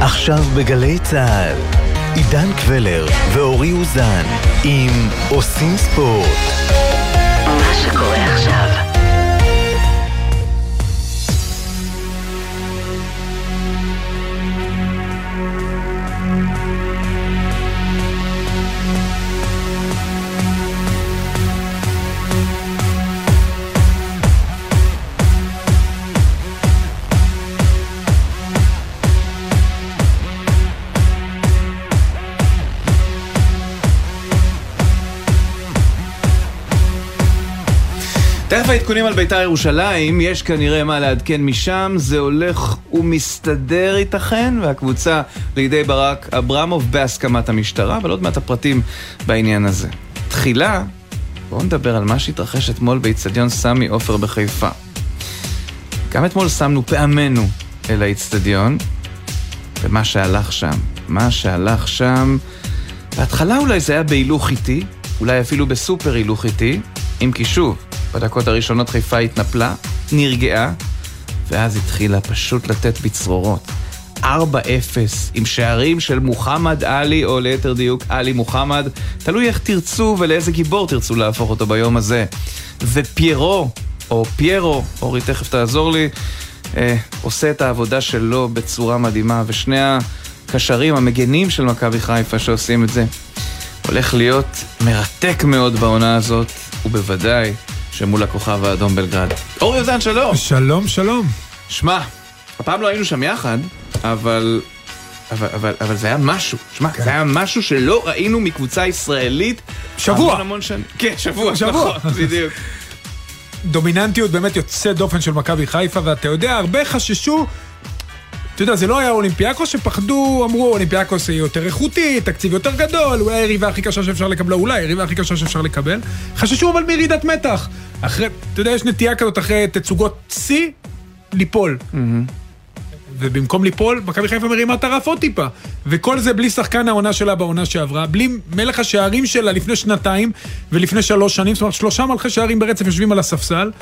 עכשיו בגלי צהל, עידן קבלר ואורי אוזן עם עושים ספורט. מה שקורה עכשיו. תכף העדכונים על בית"ר ירושלים, יש כנראה מה לעדכן משם, זה הולך ומסתדר ייתכן, והקבוצה לידי ברק אברמוב בהסכמת המשטרה, אבל עוד מעט הפרטים בעניין הזה. תחילה, בואו נדבר על מה שהתרחש אתמול באצטדיון סמי עופר בחיפה. גם אתמול שמנו פעמנו אל האצטדיון, ומה שהלך שם, בהתחלה אולי זה היה בהילוך איטי, אולי אפילו בסופר הילוך איטי, אם כי שוב, בדקות הראשונות חיפה התנפלה, נרגעה, ואז התחילה פשוט לתת בצרורות. 4-0 עם שערים של מוחמד עלי, או ליתר דיוק עלי מוחמד, תלוי איך תרצו ולאיזה גיבור תרצו להפוך אותו ביום הזה. ופיירו, או פיירו, אורי תכף תעזור לי, עושה את העבודה שלו בצורה מדהימה, ושני הקשרים המגנים של מכבי חיפה שעושים את זה, הולך להיות מרתק מאוד בעונה הזאת, ובוודאי שמול הכוכב האדום בלגרד. אורי אוזן, שלום. שלום, שלום. שמע, הפעם לא היינו שם יחד, אבל זה היה משהו. שמע, זה היה משהו שלא ראינו מקבוצה ישראלית. שבוע. המון שנים. כן, שבוע. נכון, בדיוק. דומיננטיות באמת יוצא דופן של מכבי חיפה, ואתה יודע, הרבה חששו, אתה יודע, זה לא היה אולימפיאקוס שפחדו, אמרו, אולימפיאקוס היא יותר איכותי, תקציב יותר גדול, אולי היריבה הכי קשה שאפשר לקבל, היריבה הכי קשה שאפשר לקבל. חששו אבל מירידת מתח. אחרי, אתה יודע, יש נטייה כזאת אחרי תצוגות C, ליפול. ובמקום ליפול, מכבי חיפה מרימה את הרף עוד טיפה. וכל זה בלי שחקן העונה שלה בעונה שעברה, בלי מלך השערים שלה לפני 2 ולפני 3 שנים, זאת אומרת 3 מלכי שערים ברצף יושבים על הספסל,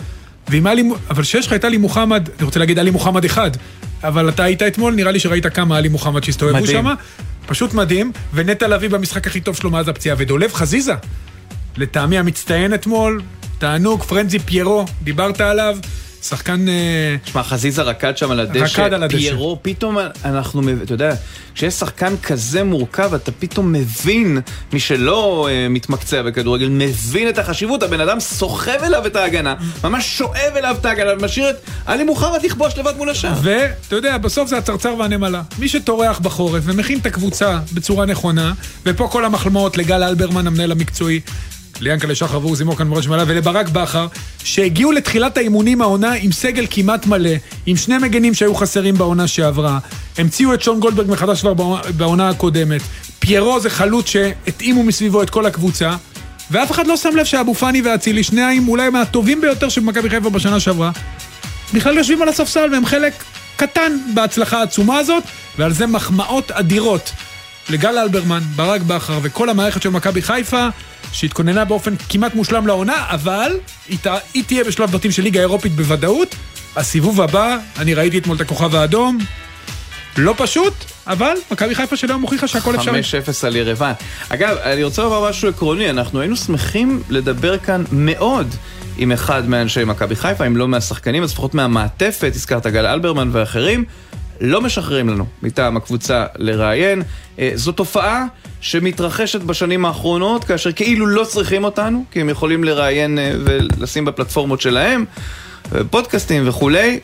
אבל שיש לך את עלי מוחמד, אני רוצה להגיד עלי מוחמד אחד, אבל אתה היית אתמול, נראה לי שראית כמה עלי מוחמד שהסתובבו שם, פשוט מדהים, ונטע לביא במשחק הכי טוב שלו מאז הפציעה, ודולב חזיזה, לטעמי המצטיין אתמול, תענוג, פרנזי פיירו, דיברת עליו, שחקן... שמע, חזיזה רקד שם על הדשא, פיירו, פתאום אנחנו, אתה יודע, כשיש שחקן כזה מורכב, אתה פתאום מבין, מי שלא מתמקצע בכדורגל, מבין את החשיבות, הבן אדם סוחב אליו את ההגנה, ממש שואב אליו את ההגנה, ומשאיר את עלי מוחמד לכבוש לבד מול השאר. ואתה יודע, בסוף זה הצרצר והנמלה. מי שטורח בחורף ומכין את הקבוצה בצורה נכונה, ופה כל המחלמות לגל אלברמן, המנהל המקצועי, ליאנקלה שחר ועוזי מוקן וראש מעלה ולברק בכר, שהגיעו לתחילת האימונים העונה עם סגל כמעט מלא, עם 2 מגנים שהיו חסרים בעונה שעברה, המציאו את שון גולדברג מחדש כבר בעונה הקודמת, פיירו זה חלוץ שהתאימו מסביבו את כל הקבוצה, ואף אחד לא שם לב שאבו פני והצילי, שניים אולי מהטובים ביותר של מכבי חיפה בשנה שעברה, בכלל יושבים על הספסל והם חלק קטן בהצלחה העצומה הזאת, ועל זה מחמאות אדירות לגל אלברמן, ברק בכר וכל המערכת של מכבי חיפה, שהתכוננה באופן כמעט מושלם לעונה, אבל היא תהיה בשלב בתים של ליגה אירופית בוודאות. הסיבוב הבא, אני ראיתי אתמול את הכוכב האדום, לא פשוט, אבל מכבי חיפה שלא מוכיחה שהכל אפשרי. 5-0 על ירבן. אגב, אני רוצה לומר משהו עקרוני, אנחנו היינו שמחים לדבר כאן מאוד עם אחד מאנשי מכבי חיפה, אם לא מהשחקנים, אז לפחות מהמעטפת, הזכרת גל אלברמן ואחרים, לא משחררים לנו מטעם הקבוצה לראיין. זו תופעה שמתרחשת בשנים האחרונות, כאשר כאילו לא צריכים אותנו, כי הם יכולים לראיין ולשים בפלטפורמות שלהם, פודקאסטים וכולי.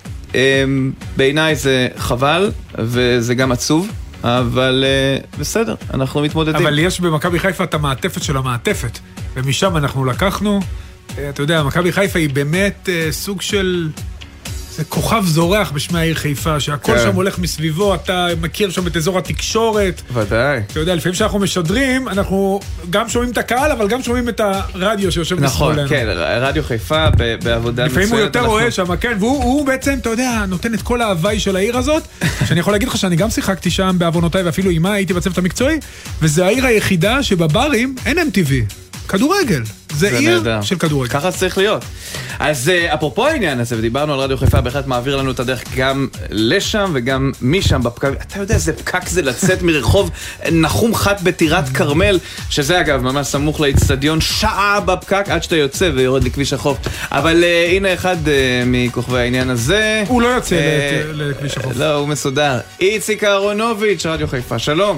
בעיניי זה חבל, וזה גם עצוב, אבל בסדר, אנחנו מתמודדים. אבל יש במכבי חיפה את המעטפת של המעטפת, ומשם אנחנו לקחנו, אתה יודע, מכבי חיפה היא באמת סוג של... זה כוכב זורח בשמי העיר חיפה, שהכל שם הולך מסביבו, אתה מכיר שם את אזור התקשורת. ודאי. אתה יודע, לפעמים שאנחנו משדרים, אנחנו גם שומעים את הקהל, אבל גם שומעים את הרדיו שיושב מסביבנו. נכון, כן, רדיו חיפה בעבודה לפעמים הוא יותר רואה שם, כן, והוא בעצם, אתה יודע, נותן את כל ההוואי של העיר הזאת, שאני יכול להגיד לך שאני גם שיחקתי שם בעוונותיי, ואפילו אימה הייתי בצוות המקצועי, וזה העיר היחידה שבברים אין MTV. כדורגל. זה עיר של כדורגל. ככה צריך להיות. אז אפרופו העניין הזה, ודיברנו על רדיו חיפה, בהחלט מעביר לנו את הדרך גם לשם וגם משם בפקק. אתה יודע איזה פקק זה לצאת מרחוב נחום חת בטירת קרמל, שזה אגב ממש סמוך לאצטדיון, שעה בפקק עד שאתה יוצא ויורד לכביש החוף. אבל הנה אחד מכוכבי העניין הזה. הוא לא יוצא לכביש החוף. לא, הוא מסודר. איציק אהרונוביץ', רדיו חיפה, שלום.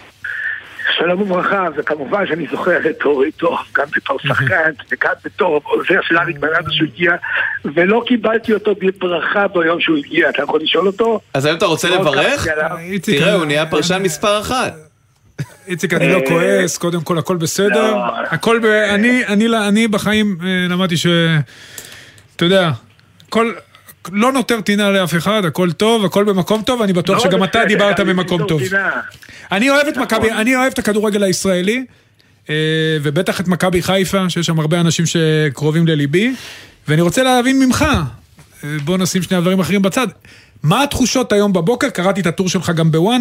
שלום וברכה, וכמובן שאני זוכר את אורי טוב, גם בתור שחקן, וגם בתור עוזר של אריק בנאדו שהוא הגיע, ולא קיבלתי אותו בברכה ביום שהוא הגיע, אתה יכול לשאול אותו? אז היום אתה רוצה לברך? תראה, הוא נהיה פרשן מספר 1. איציק, אני לא כועס, קודם כל הכל בסדר, הכל אני בחיים למדתי ש... אתה יודע, הכל... לא נותר טינה לאף אחד, הכל טוב, הכל במקום טוב, אני בטוח שגם אתה דיברת במקום טוב. אני אוהב את מכבי, אני אוהב את הכדורגל הישראלי, ובטח את מכבי חיפה, שיש שם הרבה אנשים שקרובים לליבי, ואני רוצה להבין ממך, בוא נשים שני דברים אחרים בצד, מה התחושות היום בבוקר? קראתי את הטור שלך גם בוואן,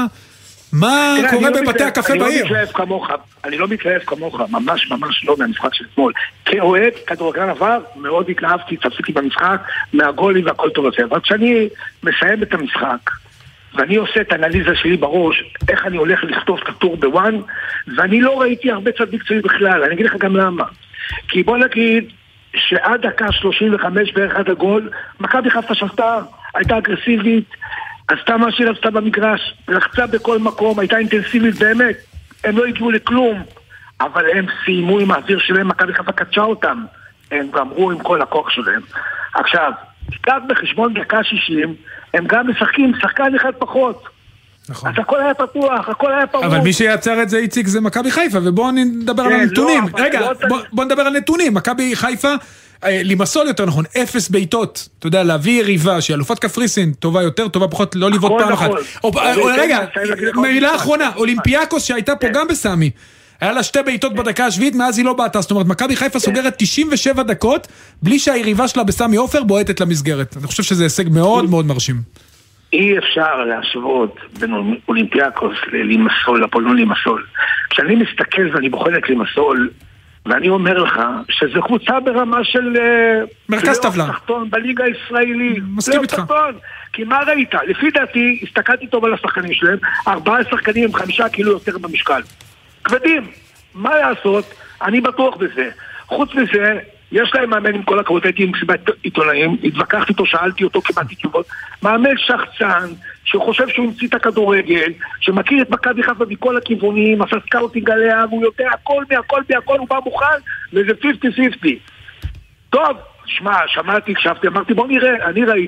מה קורה בבתי הקפה בעיר? אני לא מתלהב כמוך, ממש לא מהמשחק של אתמול. כאוהד, כדורגלן עבר, מאוד התלהבתי, צפיתי במשחק, מהגולים והכל טוב הזה. אבל כשאני מסיים את המשחק, ואני עושה את האנליזה שלי בראש, איך אני הולך לכתוב את הטור בוואן, ואני לא ראיתי הרבה צד מקצועי בכלל, אני אגיד לך גם למה. כי בוא נגיד שעד דקה 35 בערך עד הגול, מכבי חיפה שחטה, הייתה אגרסיבית, עשתה מה שהיא רצתה במגרש, לחצה בכל מקום, הייתה אינטנסיבית באמת, הם לא הגיעו לכלום, אבל הם סיימו עם האוויר שלהם, מכבי חיפה קדשה אותם, הם גמרו עם כל הכוח שלהם. עכשיו, תיקח בחשבון דקה 60, הם גם משחקים, שחקן אחד פחות. נכון. אז הכל היה פתוח, הכל היה פרוץ. אבל מי שיצר את זה איציק זה מכבי חיפה, ובואו נדבר על הנתונים. רגע, בואו נדבר על נתונים. מכבי חיפה, לימסול יותר נכון, 0 בעיטות, אתה יודע, להביא יריבה שהיא אלופת קפריסין, טובה יותר, טובה פחות, לא לבעוט פעם אחת. רגע, מילה אחרונה, אולימפיאקוס שהייתה פה גם בסמי, היה לה 2 בעיטות בדקה השביעית, מאז היא לא בעטה, זאת אומרת, מכבי חיפה סוגרת 97 דקות, בלי שהיריבה שלה בסמי עופר בועטת למסגרת. אני חושב שזה הישג מאוד מאוד מרשים. אי אפשר להשוות בין אולימפיאקוס ללימסול, לפולון לימסול. כשאני מסתכל ואני בוחן את לימסול, ואני אומר לך שזו קבוצה ברמה של... מרכז טבלה. תחתון בליגה הישראלית. מסכים איתך. כי מה ראית? לפי דעתי, הסתכלתי טוב על השחקנים שלהם, 4 שחקנים עם 5 קילו יותר במשקל. כבדים. מה לעשות? אני בטוח בזה. חוץ מזה, יש להם מאמן עם כל הכבוד, הייתי עם מסיבת עיתונאים, התווכחתי איתו, שאלתי אותו, קיבלתי תשובות. מאמן שחצן, שחושב שהוא המציא את הכדורגל, שמכיר את מכבי חיפה מכל הכיוונים, עשה סקאוטינג עליה, והוא יודע הכל, הוא בא מוכן, וזה 50-50. טוב, שמע, שמעתי, הקשבתי, אמרתי, בוא נראה,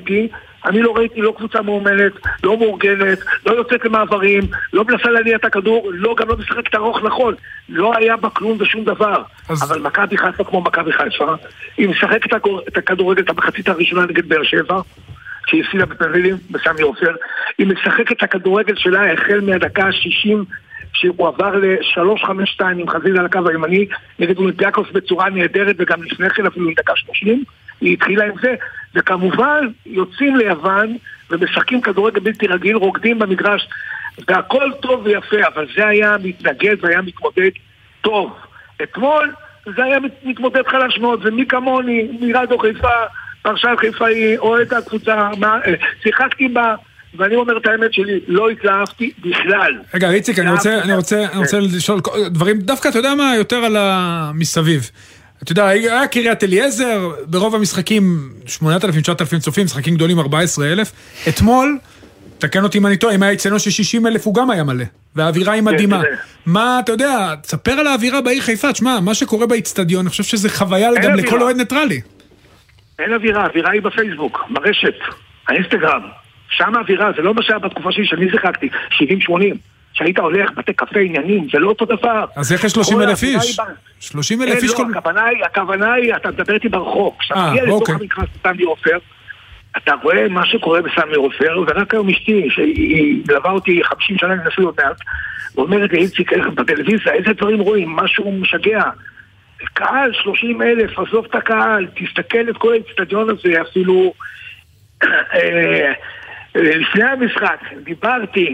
אני לא ראיתי לא קבוצה מאומנת, לא מאורגנת, לא יוצאת למעברים, לא מנסה להניע את הכדור, גם לא משחק את הרוך נכון, לא היה בה כלום ושום דבר. אבל מכבי חיפה כמו מכבי חיפה, היא משחקת את הכדורגל, את המחצית הראשונה נגד באר שבע, שהיא הפסידה בפנדלים, בסמי עופר, היא משחקת את הכדורגל שלה החל מהדקה ה-60, שהוא עבר ל-3-5-2 עם חזיזה על הקו הימני, נגד אולימפיאקוס בצורה נהדרת, וגם לפני כן אפילו עם דקה 30, היא התחילה עם זה, וכמובן יוצאים ליוון ומשחקים כדורגל בלתי רגיל, רוקדים במגרש, והכל טוב ויפה, אבל זה היה מתנגד והיה מתמודד טוב. אתמול זה היה מתמודד חלש מאוד, ומי כמוני, מרדיו חיפה, פרשן חיפאי, אוהד הקבוצה, שיחקתי בה, ואני אומר את האמת שלי, לא התלהבתי בכלל. רגע, איציק, אני רוצה לשאול דברים, דווקא אתה יודע מה, יותר על המסביב. אתה יודע, היה קריית אליעזר, ברוב המשחקים 8,000-9,000 צופים, משחקים גדולים 14,000. אתמול, תקן אותי אם אני טועה, אם היה אצלנו ש60,000 הוא גם היה מלא, והאווירה היא מדהימה. מה, אתה יודע, תספר על האווירה בעיר חיפה, תשמע, מה שקורה באצטדיון, אני חושב שזה חוויה גם לכל אוהד ניטרלי. אין אווירה, האווירה היא בפייסבוק, ברשת, האינסטגרם. שם האווירה, זה לא מה שהיה בתקופה שלי, שאני זכרתי, 70-80. שהיית הולך בתי קפה עניינים, זה לא אותו דבר. אז איך יש 30,000 איש? 30,000 איש? לא, הכוונה היא, אתה מדבר איתי ברחוב. כשתגיע לתוך המקרה סמי עופר, אתה רואה מה שקורה בסמי עופר, ורק היום אשתי, שהיא מלווה אותי 50 שנה לנסוי עוד מעט, ואומרת לי, איציק, בטלוויזיה, איזה דברים רואים? משהו משגע. קהל, 30,000, עזוב את הקהל, תסתכל את כל האצטדיון הזה, אפילו לפני המשחק, דיברתי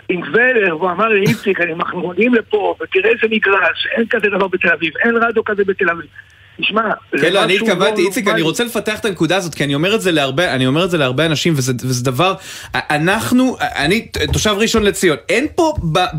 עם ולר, והוא אמר לי, איציק, אנחנו מגיעים לפה, ותראה איזה מגרש, אין כזה דבר בתל אביב, אין רדיו כזה בתל אביב. תשמע, כן, אני התכוונתי, איציק, אני רוצה לפתח את הנקודה הזאת, כי אני אומר את זה להרבה אנשים, וזה דבר, אני תושב ראשון לציון, אין פה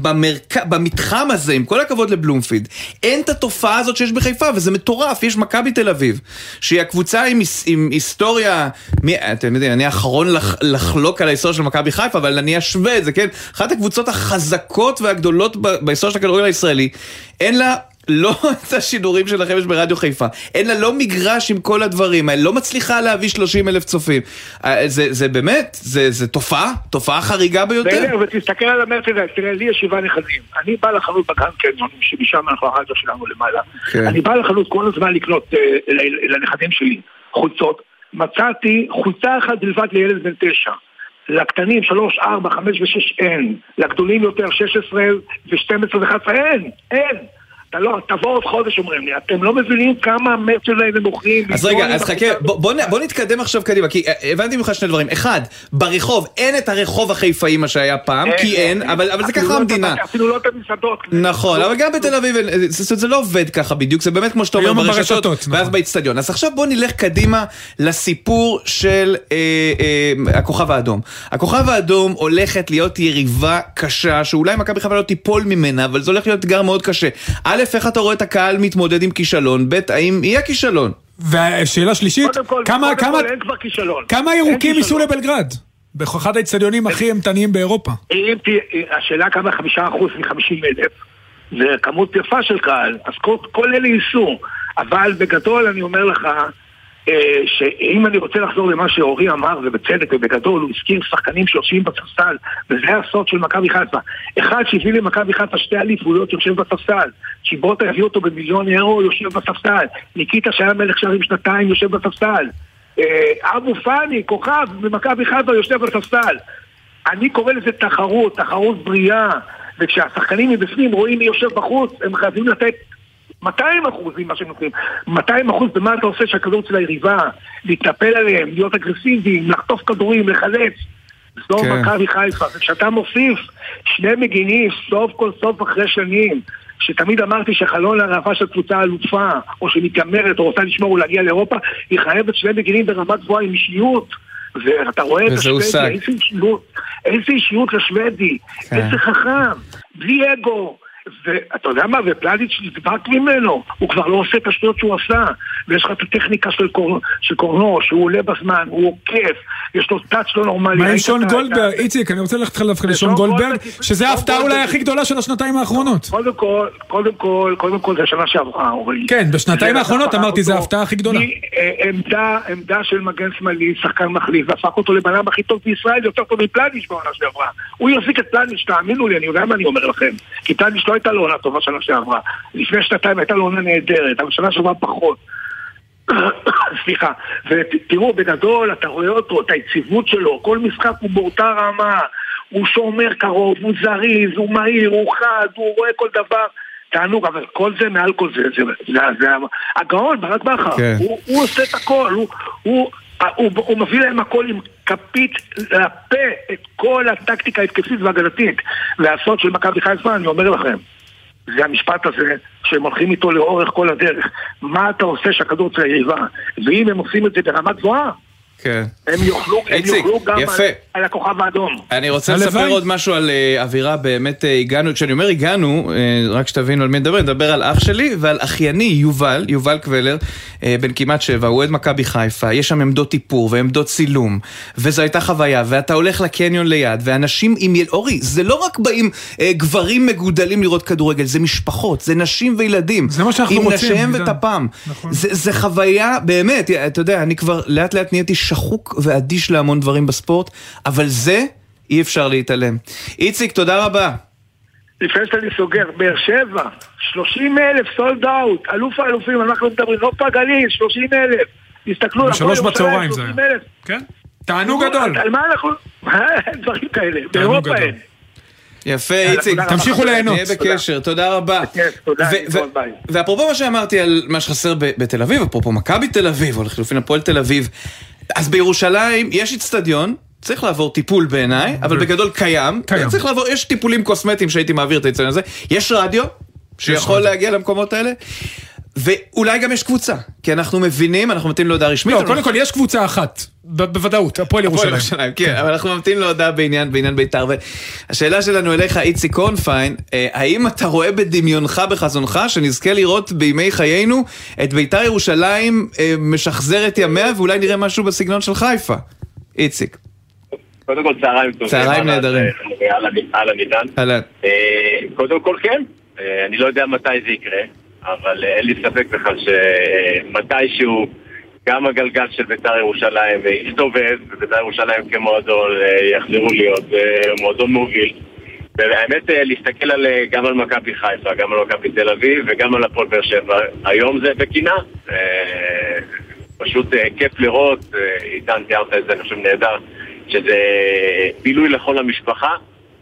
במתחם הזה, עם כל הכבוד לבלומפילד, אין את התופעה הזאת שיש בחיפה, וזה מטורף, יש מכבי תל אביב, שהיא הקבוצה עם היסטוריה, אתם יודעים, אני האחרון לחלוק על ההיסטוריה של מכבי חיפה, אבל אני אשווה את זה, כן? אחת הקבוצות החזקות והגדולות בהיסטוריה של הכדורגל הישראלי, אין לה לא את השידורים שלכם יש ברדיו חיפה, אין לה לא מגרש עם כל הדברים האלה, לא מצליחה להביא 30,000 צופים. זה באמת, זה תופעה חריגה ביותר. ותסתכל על המרצ'נדייז, תראה, לי יש 7 נכדים. אני בא לחנות בגרנד קניון, שמשם אנחנו הרדיו שלנו למעלה. אני בא לחנות כל הזמן לקנות לנכדים שלי חולצות. מצאתי חולצה אחת בלבד לילד בן 9. לקטנים 3, 4, 5 ו-6 אין. לגדולים יותר 16 ו-12 ו-11 אין. תבוא עוד חודש אומרים לי, אתם לא מבינים כמה המרץ שלהם הם מוכרים. אז רגע, אז חכה, בוא נתקדם עכשיו קדימה, כי הבנתי ממך שני דברים. אחד, ברחוב, אין את הרחוב החיפאי מה שהיה פעם, כי אין, אבל זה ככה המדינה. אפילו לא את המסעדות. נכון, אבל גם בתל אביב, זה לא עובד ככה בדיוק, זה באמת כמו שאתה אומר ברשתות, ואז באצטדיון. אז עכשיו בוא נלך קדימה לסיפור של הכוכב האדום. הכוכב האדום הולכת להיות יריבה קשה, שאולי מכבי חיפה לא תיפול ממנה, אבל זה הולך להיות אתגר מאוד קשה. איך אתה רואה את הקהל מתמודד עם כישלון? האם יהיה כישלון? והשאלה שלישית, כמה ירוקים ייסעו לבלגרד? באחד האצטדיונים הכי אימתניים באירופה. השאלה כמה 5% מ-50,000 זה כמות יפה של קהל, אז כל אלה ייסעו, אבל בגדול אני אומר לך שאם אני רוצה לחזור למה שאורי אמר, ובצדק ובגדול, הוא הזכיר שחקנים שיושבים בספסל, וזה הסוד של מכבי חיפה. אחד שהביא למכבי חיפה 2 אליפויות יושב בספסל, שיבוטה הביא אותו ב1,000,000 אירו יושב בספסל, ניקיטה שהיה מלך שערים 2 יושב בספסל, אבו פאני, כוכב במכבי חיפה יושב בספסל. אני קורא לזה תחרות בריאה, וכשהשחקנים מבפנים רואים מי יושב בחוץ, הם חייבים לתת 200% מה שהם נותנים. 200% במה אתה עושה שהכדור של היריבה, להתנפל עליהם, להיות אגרסיביים, לחטוף כדורים, לחלץ. זו מכבי חיפה. וכשאתה מוסיף 2 מגינים, סוף כל סוף אחרי שנים, שתמיד אמרתי שחלון הרעבה של קבוצה אלופה, או שמתיימרת, או רוצה לשמור ולהגיע לאירופה, היא חייבת 2 מגינים ברמת גבוהה עם אישיות. ואתה רואה את השוודי, איזה אישיות לשוודי, איזה חכם, בלי אגו. ואתה יודע מה, ופלניץ' נדבק ממנו, הוא כבר לא עושה את השטויות שהוא עשה, ויש לך את הטכניקה של קורנו, שהוא עולה בזמן, הוא עוקף, יש לו טאץ' לא נורמלי. מה עם שון גולדברג? איציק, אני רוצה ללכת דווקא לשון גולדברג, שזה ההפתעה אולי הכי גדולה של השנתיים האחרונות. קודם כל זה השנה שעברה, אורי. כן, בשנתיים האחרונות אמרתי, זה ההפתעה הכי גדולה. עמדה של מגן שמאלי, שחקן מחליף, והפך אותו לבנם הכי טוב בישראל, יותר טוב מפלניץ' בעונה שעברה. הוא יחזיק את פלניץ', תאמינו לי, אני יודע מה אני אומר לכם. כי פלניץ' לא הייתה לו עונה טובה שנה שעברה. לפני 2 הייתה לו עונה נהדרת, אבל שנה שעברה פחות. סליחה. ותראו, בגדול, אתה רואה אותו, את היציבות שלו, כל משחק הוא באותה רמה, הוא שומר קרוב, הוא זריז, הוא מהיר, הוא חד, הוא רואה כל דבר. תענוג, אבל כל זה מעל כל זה, זה הגאון, ברק בכר. הוא עושה את הכל, הוא מביא להם הכל עם כפית לפה את כל הטקטיקה ההתקפית והגנתית. והסוד של מכבי חיפה, אני אומר לכם, זה המשפט הזה שהם הולכים איתו לאורך כל הדרך. מה אתה עושה שהכדור צריך היריבה? ואם הם עושים את זה ברמת גבוהה, הם יוכלו גם על הכוכב האדום. אני רוצה לספר עוד משהו על אווירה. באמת הגענו, כשאני אומר הגענו, רק שתבינו על מי נדבר על אח שלי ועל אחייני יובל קוולר, בן כמעט 7, הוא עד מכבי חיפה, יש שם עמדות טיפור ועמדות צילום, וזו הייתה חוויה, ואתה הולך לקניון ליד, ואנשים עם אורי, זה לא רק באים גברים מגודלים לראות כדורגל, זה משפחות, זה נשים וילדים, עם נשיהם וטפם. זה חוויה, באמת, אתה יודע, אני כבר לאט לאט נהייתי שחוק ואדיש להמון דברים בספורט, אבל זה אי אפשר להתעלם. איציק, תודה רבה. לפני שאני סוגר, באר שבע, 30,000 סולד אאוט, אלוף האלופים, אנחנו מדברים, לא פגליל, 30,000. תסתכלו, 3 בצהריים זה. כן? תענוג גדול. על מה אנחנו... דברים כאלה, באירופה אין. יפה, איציק. תמשיכו ליהנות. נהיה בקשר, תודה רבה. תודה, ואפרופו מה שאמרתי על מה שחסר בתל אביב, אפרופו מכבי תל אביב, או לחילופין הפועל תל אביב, אז בירושלים יש אצטדיון, צריך לעבור טיפול בעיניי, אבל בגדול קיים. צריך לעבור, יש טיפולים קוסמטיים שהייתי מעביר את היצרן הזה. יש רדיו שיכול להגיע למקומות האלה. ואולי גם יש קבוצה, כי אנחנו מבינים, אנחנו ממתין להודעה רשמית. לא, קודם כל יש קבוצה אחת, בוודאות, הפועל ירושלים. כן, אבל אנחנו ממתין להודעה בעניין בית"ר. והשאלה שלנו אליך, איציק קורנפיין, האם אתה רואה בדמיונך, בחזונך, שנזכה לראות בימי חיינו את בית"ר ירושלים משחזרת ימיה, ואולי נראה משהו בסגנון של חיפה? איציק. קודם כל צהריים טובים. צהריים נהדרים. אהלן עידן. קודם כל כן, אני לא יודע מתי זה יקרה. אבל אין לי ספק בכלל שמתישהו גם הגלגל של בית"ר ירושלים יסתובב, ובית"ר ירושלים כמועדון יחזרו להיות מועדון מוביל. והאמת, להסתכל גם על מכבי חיפה, גם על מכבי תל אביב וגם על הפועל באר שבע. היום זה בקינה. פשוט כיף לראות, עידן תיארת את זה, אני חושב נהדר, שזה בילוי לכל המשפחה.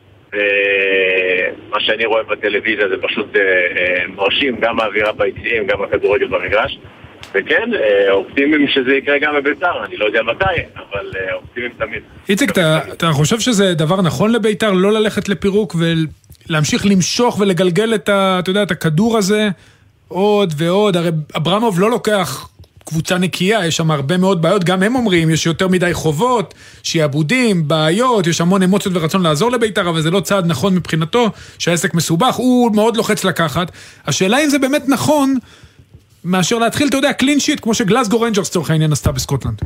ומה שאני רואה בטלוויזיה זה פשוט מרשים, גם האווירה ביציעים, גם הכדורגל במגרש. וכן, אופטימיים שזה יקרה גם בבית"ר, אני לא יודע מתי, אבל אופטימיים תמיד. איציק, אתה חושב שזה דבר נכון לבית"ר לא ללכת לפירוק ולהמשיך למשוך ולגלגל את הכדור הזה עוד ועוד? הרי אברמוב לא לוקח קבוצה נקייה, יש שם הרבה מאוד בעיות, גם הם אומרים, יש יותר מדי חובות, שיעבודים, בעיות, יש המון אמוציות ורצון לעזור לבית"ר, אבל זה לא צעד נכון מבחינתו, שהעסק מסובך, הוא מאוד לוחץ לקחת. השאלה אם זה באמת נכון, מאשר להתחיל, אתה יודע, קלין שיט, כמו שגלסגו ריינג'רס צורך העניין עשתה בסקוטלנד.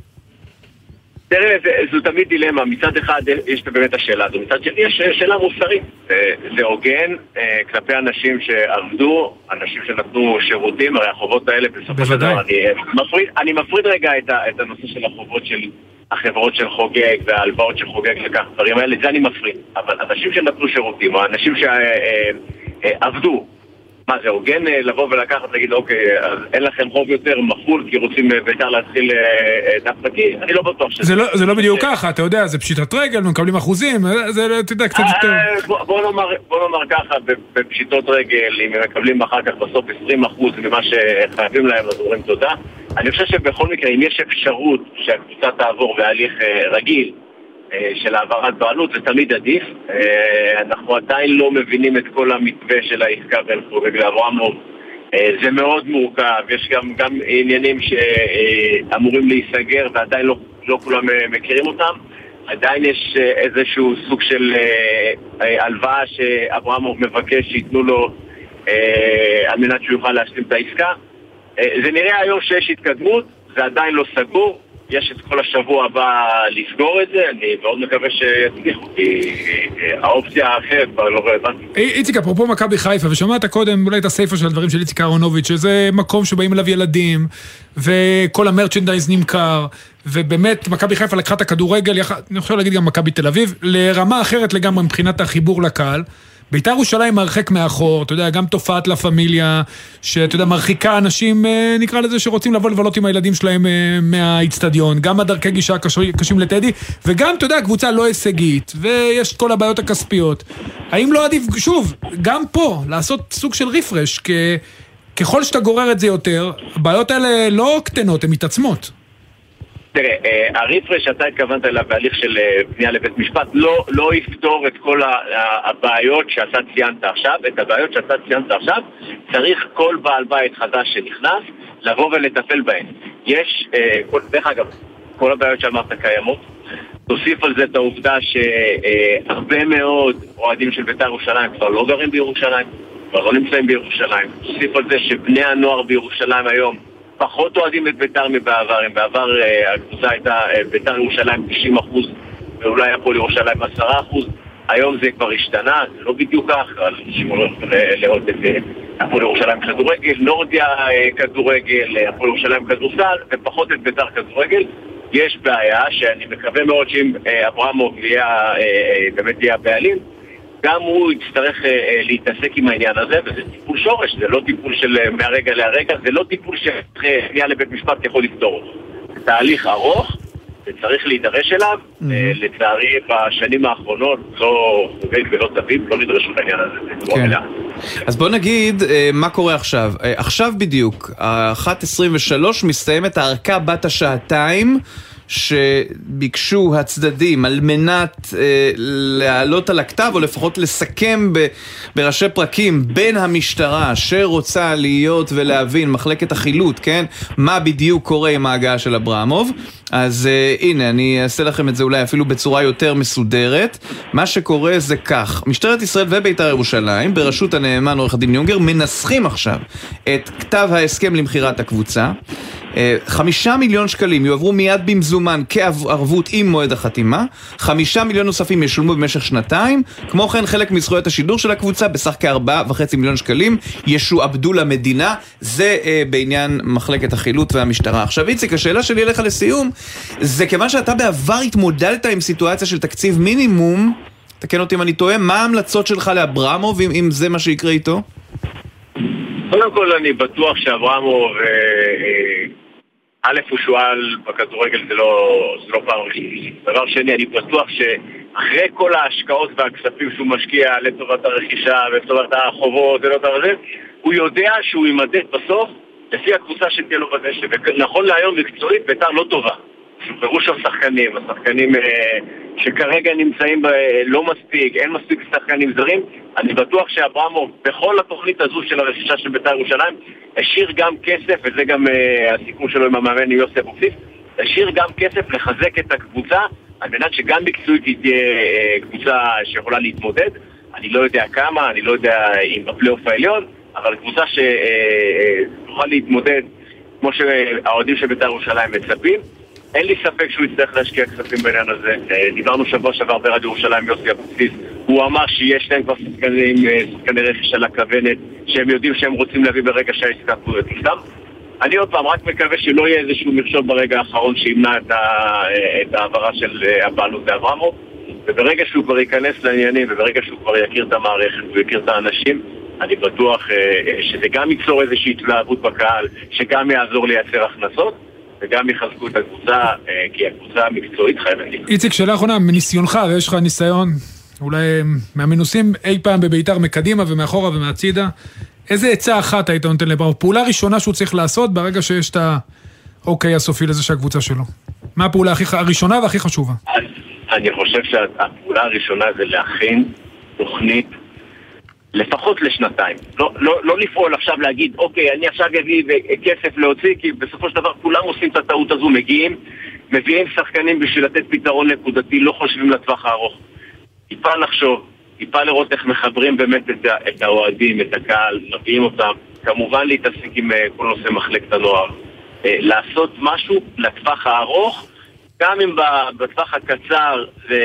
תראה, זו תמיד דילמה, מצד אחד יש באמת השאלה הזו, מצד שני יש שאלה מוסרית, זה הוגן כלפי אנשים שעבדו, אנשים שנתנו שירותים, הרי החובות האלה בסופו של דבר, אני מפריד רגע את הנושא של החובות של החברות של חוגג וההלוואות של חוגג לכך, דברים האלה, זה אני מפריד, אבל אנשים שנתנו שירותים, או אנשים שעבדו, מה זה, הוגן לבוא ולקחת, להגיד, אוקיי, אז אין לכם חוב יותר מחול, כי רוצים בית"ר להתחיל דף נקי? אני לא בטוח שזה... זה לא בדיוק ככה, אתה יודע, זה פשיטת רגל, מקבלים אחוזים, זה, אתה יודע, קצת יותר... בוא נאמר ככה, בפשיטות רגל, אם הם מקבלים אחר כך בסוף 20% ממה שחייבים להם, אז אומרים תודה. אני חושב שבכל מקרה, אם יש אפשרות שהקבוצה תעבור בהליך רגיל, של העברת בעלות, זה תמיד עדיף. אנחנו עדיין לא מבינים את כל המתווה של העסקה בין חוגג לאברמוב. זה מאוד מורכב, יש גם עניינים שאמורים להיסגר ועדיין לא כולם מכירים אותם. עדיין יש איזשהו סוג של הלוואה שאברמוב מבקש שיתנו לו על מנת שהוא יוכל להשלים את העסקה. זה נראה היום שיש התקדמות, זה עדיין לא סגור. יש את כל השבוע הבא לסגור את זה, אני מאוד מקווה שיצליחו, כי האופציה האחרת כבר לא רלוונטית. איציק, אפרופו מכבי חיפה, ושמעת קודם אולי את הספר של הדברים של איציק אהרונוביץ', שזה מקום שבאים אליו ילדים, וכל המרצ'נדייז נמכר, ובאמת מכבי חיפה לקחה את הכדורגל, אני חושב להגיד גם מכבי תל אביב, לרמה אחרת לגמרי מבחינת החיבור לקהל. בית"ר ירושלים מרחק מאחור, אתה יודע, גם תופעת לה פמיליה, שאתה יודע, מרחיקה אנשים, נקרא לזה, שרוצים לבוא לבלות עם הילדים שלהם מהאצטדיון, גם הדרכי גישה קשים לטדי, וגם, אתה יודע, קבוצה לא הישגית, ויש כל הבעיות הכספיות. האם לא עדיף, שוב, גם פה, לעשות סוג של ריפרש, ככל שאתה גורר את זה יותר, הבעיות האלה לא קטנות, הן מתעצמות. תראה, הריפרש שאתה התכוונת אליו בהליך של פנייה לבית משפט לא יפתור את כל הבעיות שאתה ציינת עכשיו. את הבעיות שאתה ציינת עכשיו צריך כל בעל בית חדש שנכנס לבוא ולטפל בהן. יש, דרך אגב, כל הבעיות שאמרת קיימות. תוסיף על זה את העובדה שהרבה מאוד אוהדים של בית"ר ירושלים כבר לא גרים בירושלים, כבר לא נמצאים בירושלים. תוסיף על זה שבני הנוער בירושלים היום פחות אוהדים את בית"ר מבעבר. אם בעבר הקבוצה הייתה בית"ר ירושלים 90% ואולי הפועל ירושלים 10%, היום זה כבר השתנה, זה לא בדיוק כך, אנשים הולכים לראות את הפועל ירושלים כדורגל, נורדיה כדורגל, הפועל ירושלים כדורסל ופחות את בית"ר כדורגל. יש בעיה שאני מקווה מאוד שאם אברמוב באמת יהיה הבעלים, גם הוא יצטרך להתעסק עם העניין הזה, וזה טיפול שורש, זה לא טיפול של מהרגע להרגע, זה לא טיפול שפנייה לבית משפט יכול לפתור. זה תהליך ארוך, וצריך להידרש אליו, לצערי בשנים האחרונות לא חוגג ולא תביב, לא נדרשו לעניין הזה. כן. אז בוא נגיד, מה קורה עכשיו? עכשיו בדיוק, 1:23 מסתיימת הערכה בת השעתיים, שביקשו הצדדים על מנת להעלות על הכתב, או לפחות לסכם בראשי פרקים בין המשטרה שרוצה להיות ולהבין מחלקת החילוט, כן? מה בדיוק קורה עם ההגעה של אברמוב. אז הנה, אני אעשה לכם את זה אולי אפילו בצורה יותר מסודרת. מה שקורה זה כך, משטרת ישראל ובית"ר ירושלים בראשות הנאמן עורך הדין יונגר מנסחים עכשיו את כתב ההסכם למחירת הקבוצה. 5 מיליון שקלים יועברו מיד במזומן כערבות עם מועד החתימה, 5 מיליון נוספים ישולמו במשך 2 כמו כן חלק מזכויות השידור של הקבוצה בסך כ4.5 מיליון שקלים ישועבדו למדינה. זה בעניין מחלקת החילוט והמשטרה. עכשיו איציק, השאלה שלי אליך לסיום, זה כיוון שאתה בעבר התמודדת עם סיטואציה של תקציב מינימום, תקן אותי אם אני טועה, מה ההמלצות שלך לאברמוב אם זה מה שיקרה איתו? קודם כל אני בטוח שאברמוב א' הוא שואל בכדורגל, זה לא פעם ראשונה. דבר שני, אני בטוח שאחרי כל ההשקעות והכספים שהוא משקיע לטובת הרכישה ולטובת החובות ולטובת זה, הוא יודע שהוא יימדד בסוף לפי הקבוצה שתהיה לו בדשא. ונכון להיום מקצועית בית"ר לא טובה. פירוש שם שחקנים, השחקנים שכרגע נמצאים לא מספיק, אין מספיק שחקנים זרים. אני בטוח שאברמוב בכל התוכנית הזו של הרכישה של בית"ר ירושלים השאיר גם כסף, וזה גם הסיכום שלו עם המאמן יוסף אופסיס, השאיר גם כסף לחזק את הקבוצה על מנת שגם מקצועית תהיה קבוצה שיכולה להתמודד. אני לא יודע כמה, אני לא יודע אם בפלייאוף העליון, אבל קבוצה שתוכל להתמודד כמו שהאוהדים של בית"ר ירושלים מצפים. אין לי ספק שהוא יצטרך להשקיע כספים בעניין הזה. דיברנו שבוע שעבר ברדיו ירושלים יוסי אבוקסיס, הוא אמר שיש להם כבר שחקני רכש על הכוונת שהם יודעים שהם רוצים להביא ברגע שהעסקה תסתיים. אני עוד פעם רק מקווה שלא יהיה איזשהו מכשול ברגע האחרון שימנע את העברה של הבעלות לאברמוב, וברגע שהוא כבר ייכנס לעניינים וברגע שהוא כבר יכיר את המערכת ויכיר את האנשים, אני בטוח שזה גם ייצור איזושהי התלהבות בקהל, שגם יעזור לייצר הכנסות וגם יחזקו את הקבוצה, כי הקבוצה המקצועית חייבת לי. איציק, שאלה אחרונה, מניסיונך, ויש לך ניסיון אולי מהמנוסים אי פעם בבית"ר מקדימה ומאחורה ומהצידה, איזה עצה אחת היית נותן לברמוב? פעולה ראשונה שהוא צריך לעשות ברגע שיש את האוקיי הסופי לזה שהקבוצה שלו. מה הפעולה הראשונה והכי חשובה? אני חושב שהפעולה הראשונה זה להכין תוכנית לפחות לשנתיים. לא לפעול עכשיו להגיד, אוקיי, אני עכשיו אביא כסף להוציא, כי בסופו של דבר כולם עושים את הטעות הזו, מביאים שחקנים בשביל לתת פתרון נקודתי, לא חושבים לטווח הארוך. טיפה לחשוב, טיפה לראות איך מחברים באמת את האוהדים, את הקהל, מביאים אותם, כמובן להתעסק עם כל נושא מחלקת הנוער, לעשות משהו לטווח הארוך, גם אם בטווח הקצר זה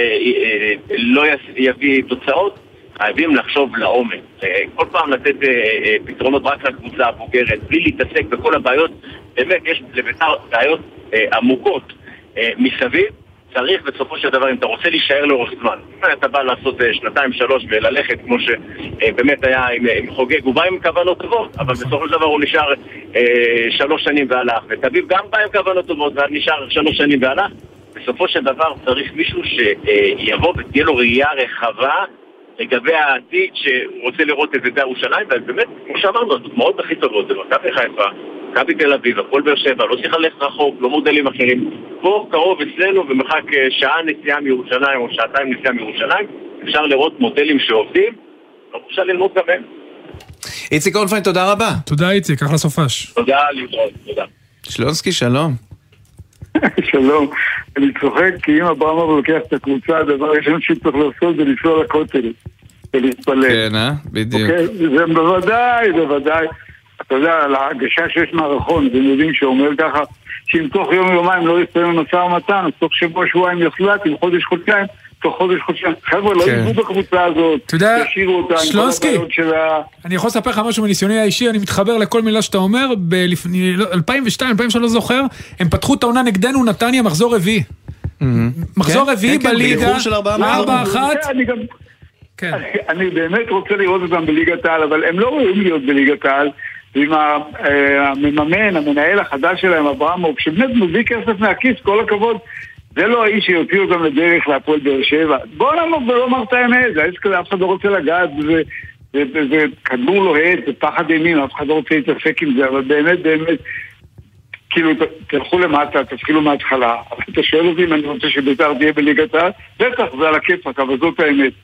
לא יביא תוצאות, חייבים לחשוב לעומק. כל פעם לתת פתרונות רק לקבוצה הבוגרת, בלי להתעסק בכל הבעיות. באמת יש לבית"ר בעיות עמוקות מסביב. צריך בסופו של דבר, אם אתה רוצה להישאר לאורך זמן, אם אתה בא לעשות 2-3 וללכת כמו שבאמת היה עם חוגג, הוא בא עם כוונות טובות, אבל בסופו של דבר הוא נשאר 3 שנים והלך, ותביב גם בא עם כוונות טובות ונשאר 3 שנים והלך. בסופו של דבר צריך מישהו שיבוא ותהיה לו ראייה רחבה לגבי העתיד שהוא רוצה לראות את בית"ר ירושלים, ובאמת, כמו שאמרנו, הדוגמאות הכי טובות זה מכבי חיפה, מכבי תל אביב, הפועל באר שבע, לא צריך ללכת רחוק, לא מודלים אחרים. פה קרוב אצלנו, במרחק שעה נסיעה מירושלים או 2 נסיעה מירושלים, אפשר לראות מודלים שעובדים, לא אפשר ללמוד גם הם. איציק אונפיין, תודה רבה. תודה איציק, אחלה סופש. תודה, להתראות, תודה. שלונסקי, שלום. שלום. אני צוחק כי אם אברמוב לוקח את הקבוצה, הדבר הראשון שצריך לעשות זה לנסוע לכותל ולהתפלל. כן, בדיוק. זה בוודאי. אתה יודע, על ההגשה שיש מערכון, אתם יודעים שאומר ככה, שאם תוך יום-יומיים לא יסתיים משא ומתן, אז תוך שבוע-שבועיים יוחלט, עם חודש-חודשיים, תוך חודש-חודשיים. חבר'ה, לא יבואו בקבוצה הזאת, ישאירו אותה עם כל הבעיות שלה. אני יכול לספר לך משהו מניסיוני האישי, אני מתחבר לכל מילה שאתה אומר, ב-2002, 2003 לא זוכר, הם פתחו את העונה נגדנו נתניה, מחזור רביעי. מחזור רביעי בליגה, 4-1. אני באמת רוצה לראות אותם בליגת העל, אבל הם לא רואים להיות בליגת העל, ועם המממן, המנהל החדש שלהם, אברמוב, שבאמת מביא כסף מהכיס, כל הכבוד, זה לא האיש שיוציא אותם לדרך להפועל באר שבע. בוא נאמר ולא אמר את האמת, זה כזה, אף אחד לא רוצה לגעת, זה כדור לוהט, זה פחד אימים, אף אחד לא רוצה להתעסק עם זה, אבל באמת, כאילו, תלכו למטה, תתחילו מההתחלה, אבל אתה שואל אותי אם אני רוצה שבית"ר תהיה בליגת העל, בטח, זה על הכיפק, אבל זאת האמת.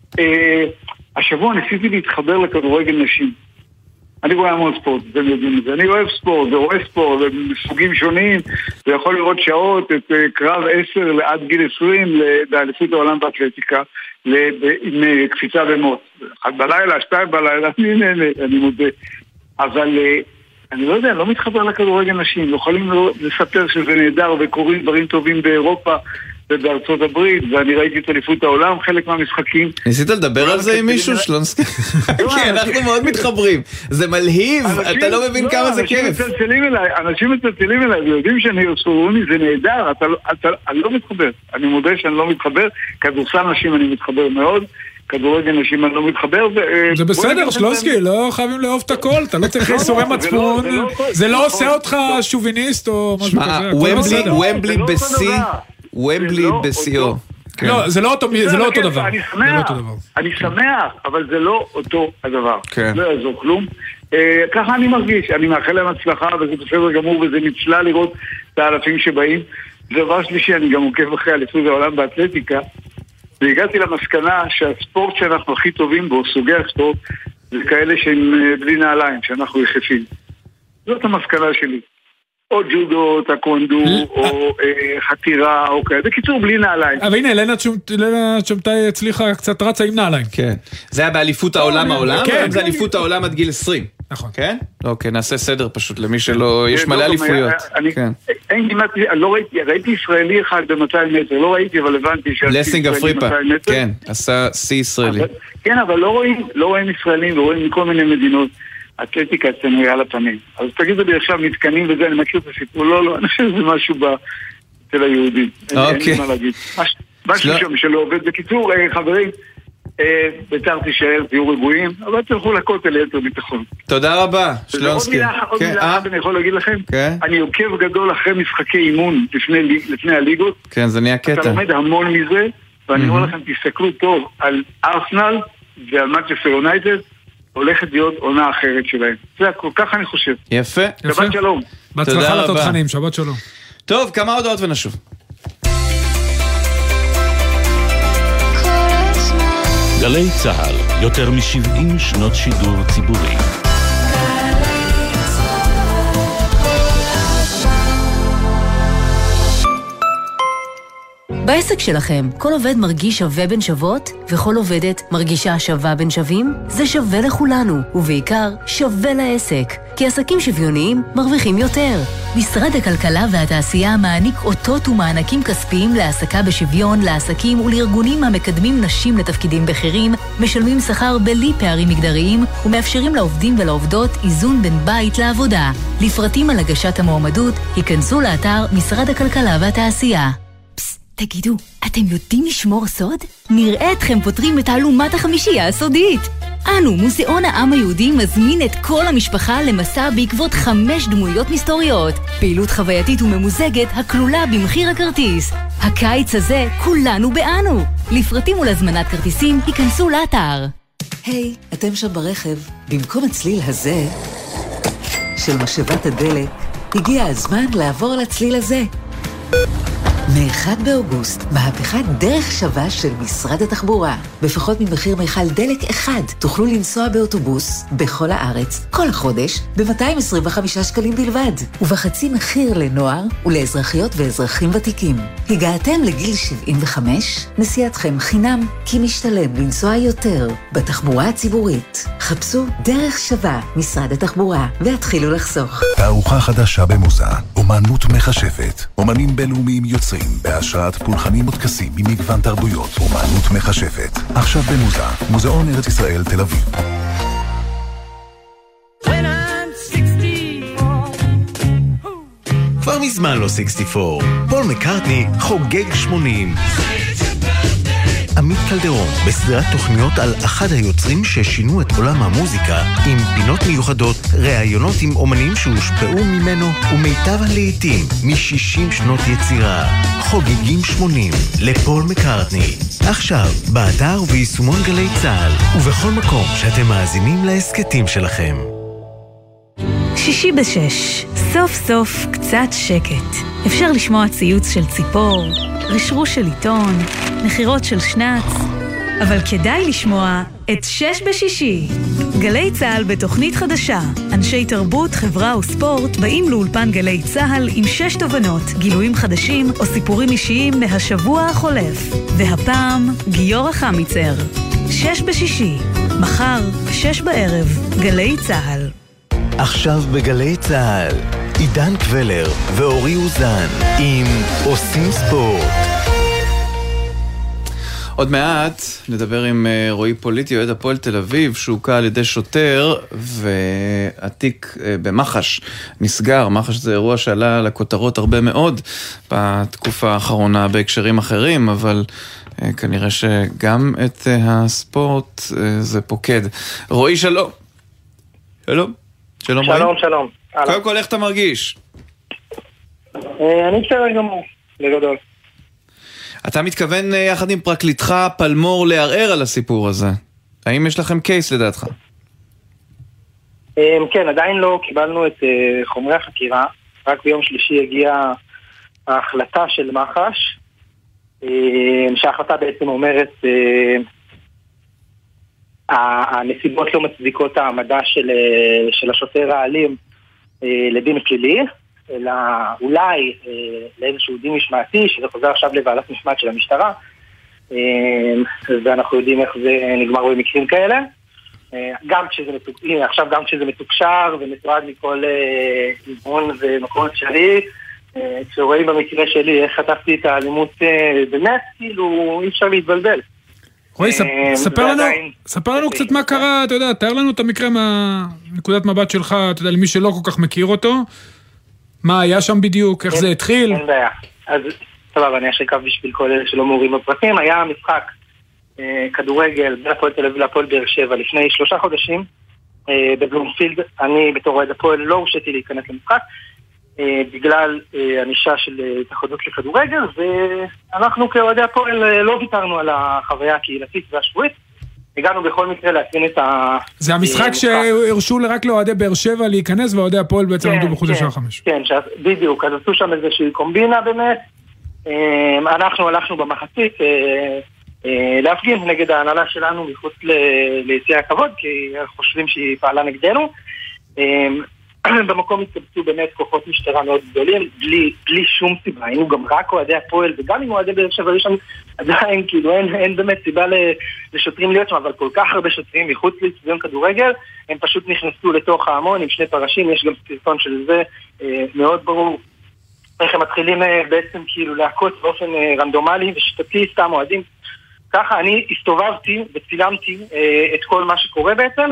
השבוע ניסיתי להתחבר לכדורגל נשים. אני רואה המון ספורט, אתם יודעים את זה. אני אוהב ספורט, ורואה ספורט, ומסוגים שונים, ויכול לראות שעות את קרב 10 עד גיל 20 לאליפות העולם באתלטיקה, עם קפיצה במוט. 1 בלילה, 2 בלילה, אני מודה. אבל אני לא יודע, לא מתחבר לכדורגל נשים, יכולים לספר שזה נהדר וקוראים דברים טובים באירופה ובארצות הברית, ואני ראיתי את אליפות העולם, חלק מהמשחקים. ניסית לדבר על זה עם מישהו, שלונסקי? כי אנחנו מאוד מתחברים. זה מלהיב, אתה לא מבין כמה זה כיף. אנשים מצלצלים אליי ויודעים שאני אוספורוני, זה נהדר, אני לא מתחבר. אני מודה שאני לא מתחבר, כדורסל נשים אני מתחבר מאוד, כדורגל נשים אני לא מתחבר. זה בסדר, שלונסקי, לא חייבים לאהוב את הכל, אתה לא צריך איסורי מצפון, זה לא עושה אותך שוביניסט או משהו כזה. ומבלי בשיא. ומבלי בסיאו. לא, זה לא אותו דבר. אני שמח, אבל זה לא אותו הדבר. לא יעזור כלום. ככה אני מרגיש, אני מאחל להם הצלחה, וזה בסדר גמור, וזה נפלא לראות את האלפים שבאים. דבר שלישי, אני גם עוקב אחרי אליפות העולם באתלטיקה, והגעתי למסקנה שהספורט שאנחנו הכי טובים בו, סוגי הספורט, זה כאלה שהם בלי נעליים, שאנחנו יחפים. זאת המסקנה שלי. או ג'ודו, טקוונדו, או חתירה, או כאלה. בקיצור, בלי נעליים. אבל הנה, אלנה צ'ומטאי הצליחה קצת רצה עם נעליים. כן. זה היה באליפות העולם, זה אליפות העולם עד גיל 20. נכון. כן? אוקיי, נעשה סדר פשוט למי שלא... יש מלא אליפויות. אין כמעט... לא ראיתי ישראלי אחד ב-200 מטר, לא ראיתי, אבל הבנתי לסינג אפריפה, כן, עשה סי ישראלי. כן, אבל לא רואים ישראלים, לא רואים מכל מיני מדינות. אתלטיקה אצלנו היה לפנים. אז תגידו לי עכשיו מתקנים וזה, אני מכיר את הסיפור. לא, אני חושב שזה משהו אצל היהודים. אוקיי. אין מה להגיד. משהו שם שלא עובד. בקיצור, חברים, בית"ר תישאר, תהיו רגועים, אבל תלכו לכותל ליתר ביטחון. תודה רבה, שלונסקי. עוד מילה אחת אני יכול להגיד לכם. אני עוקב גדול אחרי משחקי אימון לפני הליגות. כן, זה נהיה קטע. אתה לומד המון מזה, ואני אומר לכם, תסתכלו טוב על ארסנל ועל מנצ'סטר יונייטד, הולכת להיות עונה אחרת שלהם. זה כל כך אני חושב. יפה. שבת שלום. בהצלחה לתותחנים, שבת שלום. טוב, כמה הודעות ונשוב. גלי צהל, יותר מ-70 שנות שידור ציבורי. בעסק שלכם, כל עובד מרגיש שווה בין שוות, וכל עובדת מרגישה שווה בין שווים? זה שווה לכולנו, ובעיקר שווה לעסק. כי עסקים שוויוניים מרוויחים יותר. משרד הכלכלה והתעשייה מעניק אותות ומענקים כספיים להעסקה בשוויון, לעסקים ולארגונים המקדמים נשים לתפקידים בכירים, משלמים שכר בלי פערים מגדריים, ומאפשרים לעובדים ולעובדות איזון בין בית לעבודה. לפרטים על הגשת המועמדות, היכנסו לאתר משרד הכלכלה והתעשייה. תגידו, אתם יודעים לשמור סוד? נראה אתכם פותרים את תעלומת החמישייה הסודית. אנו, מוזיאון העם היהודי, מזמין את כל המשפחה למסע בעקבות 5 דמויות מסתוריות. פעילות חווייתית וממוזגת הכלולה במחיר הכרטיס. הקיץ הזה כולנו באנו. לפרטים ולהזמנת כרטיסים, היכנסו לאתר. היי, אתם שם ברכב. במקום הצליל הזה של משאבת הדלק, הגיע הזמן לעבור לצליל הזה. מ-1 באוגוסט, מהפכת דרך שווה של משרד התחבורה. בפחות ממחיר מיכל דלק אחד, תוכלו לנסוע באוטובוס בכל הארץ, כל החודש, ב-225 שקלים בלבד. ובחצי מחיר לנוער ולאזרחיות ואזרחים ותיקים. הגעתם לגיל 75? נסיעתכם חינם, כי משתלם לנסוע יותר בתחבורה הציבורית. חפשו דרך שווה, משרד התחבורה, והתחילו לחסוך. תערוכה חדשה במוזה, אומנות מחשפת, אומנים בינלאומיים יוצרים, בהשראת פולחנים וטקסים ממגוון תרבויות, אומנות מחשפת. עכשיו במוזה, מוזיאון ארץ ישראל תל אביב. כבר מזמן לא 64. פול מקרטני חוגג 80. עמית קלדרון, בסדרת תוכניות על אחד היוצרים ששינו את עולם המוזיקה, עם פינות מיוחדות, ראיונות עם אומנים שהושפעו ממנו, ומיטב הלעיתים מ-60 שנות יצירה. חוגגים 80 לפול מקרטני. עכשיו, באתר ויישומון גלי צהל, ובכל מקום שאתם מאזינים להסקטים שלכם. שישי בשש, סוף סוף קצת שקט. אפשר לשמוע ציוץ של ציפור, רשרוש של עיתון, מחירות של שנץ, אבל כדאי לשמוע את שש בשישי. גלי צהל בתוכנית חדשה. אנשי תרבות, חברה וספורט באים לאולפן גלי צהל עם 6 תובנות, גילויים חדשים או סיפורים אישיים מהשבוע החולף. והפעם גיורא חמיצר. 6 בשישי, מחר 6 בערב, גלי צהל. עכשיו בגלי צהל, עידן קבלר ואורי אוזן עם עושים ספורט. עוד מעט נדבר עם רועי פוליטי, אוהד הפועל תל אביב, שהוקע על ידי שוטר, והתיק במח"ש נסגר. מח"ש זה אירוע שעלה לכותרות הרבה מאוד בתקופה האחרונה בהקשרים אחרים, אבל כנראה שגם את הספורט זה פוקד. רועי, שלום. שלום. שלום, רועי. שלום, שלום. קודם כל, איך אתה מרגיש? אני בסדר גמור, בגדול. אתה מתכוון יחד עם פרקליטך פלמור לערער על הסיפור הזה? האם יש לכם קייס לדעתך? כן, עדיין לא קיבלנו את חומרי החקירה. רק ביום שלישי הגיעה ההחלטה של מח"ש, שההחלטה בעצם אומרת הנסיבות לא מצדיקות העמדה של השוטר האלים לדין פלילי, אלא אולי לאיזשהו דין משמעתי, שזה חוזר עכשיו לוועדת משמעת של המשטרה, ואנחנו יודעים איך זה נגמר במקרים כאלה. עכשיו גם כשזה מתוקשר ומתועד מכל עיוון ומקום אפשרי, כשרואים במקרה שלי איך חטפתי את האלימות באמת, כאילו אי אפשר להתבלבל. רועי, ספר לנו קצת מה קרה, אתה יודע, תאר לנו את המקרה מהנקודת מבט שלך, אתה יודע, למי שלא כל כך מכיר אותו, מה היה שם בדיוק, איך זה התחיל? אין בעיה. אז סבבה, אני אשריקף בשביל כל אלה שלא מעורים בפרטים. היה משחק כדורגל בין הפועל תל אביב להפועל באר שבע לפני 3 חודשים בבלומפילד. אני בתור אוהד הפועל לא הורשיתי להיכנס למשחק בגלל ענישה של התאחדות לכדורגל, ואנחנו כאוהדי הפועל לא ויתרנו על החוויה הקהילתית והשבועית. הגענו בכל מקרה להכין את זה המשחק שהרשו רק לאוהדי באר שבע להיכנס, ואוהדי הפועל בעצם עמדו בחוץ לשעה 5. כן, בדיוק, אז עשו שם איזושהי קומבינה באמת. אנחנו הלכנו במחצית להפגין נגד ההנהלה שלנו מחוץ ליציע הכבוד, כי חושבים שהיא פעלה נגדנו. במקום התקבצו באמת כוחות משטרה מאוד גדולים, בלי שום סיבה. היינו גם רק אוהדי הפועל, וגם עם אוהדי באר שבע, יש שם עדיין, כאילו אין באמת סיבה לשוטרים להיות שם, אבל כל כך הרבה שוטרים מחוץ לאצטדיון כדורגל, הם פשוט נכנסו לתוך ההמון עם 2 פרשים, יש גם סרטון של זה מאוד ברור. איך הם מתחילים בעצם כאילו להכות באופן רנדומלי ושיטתי, סתם אוהדים. ככה אני הסתובבתי וצילמתי את כל מה שקורה בעצם,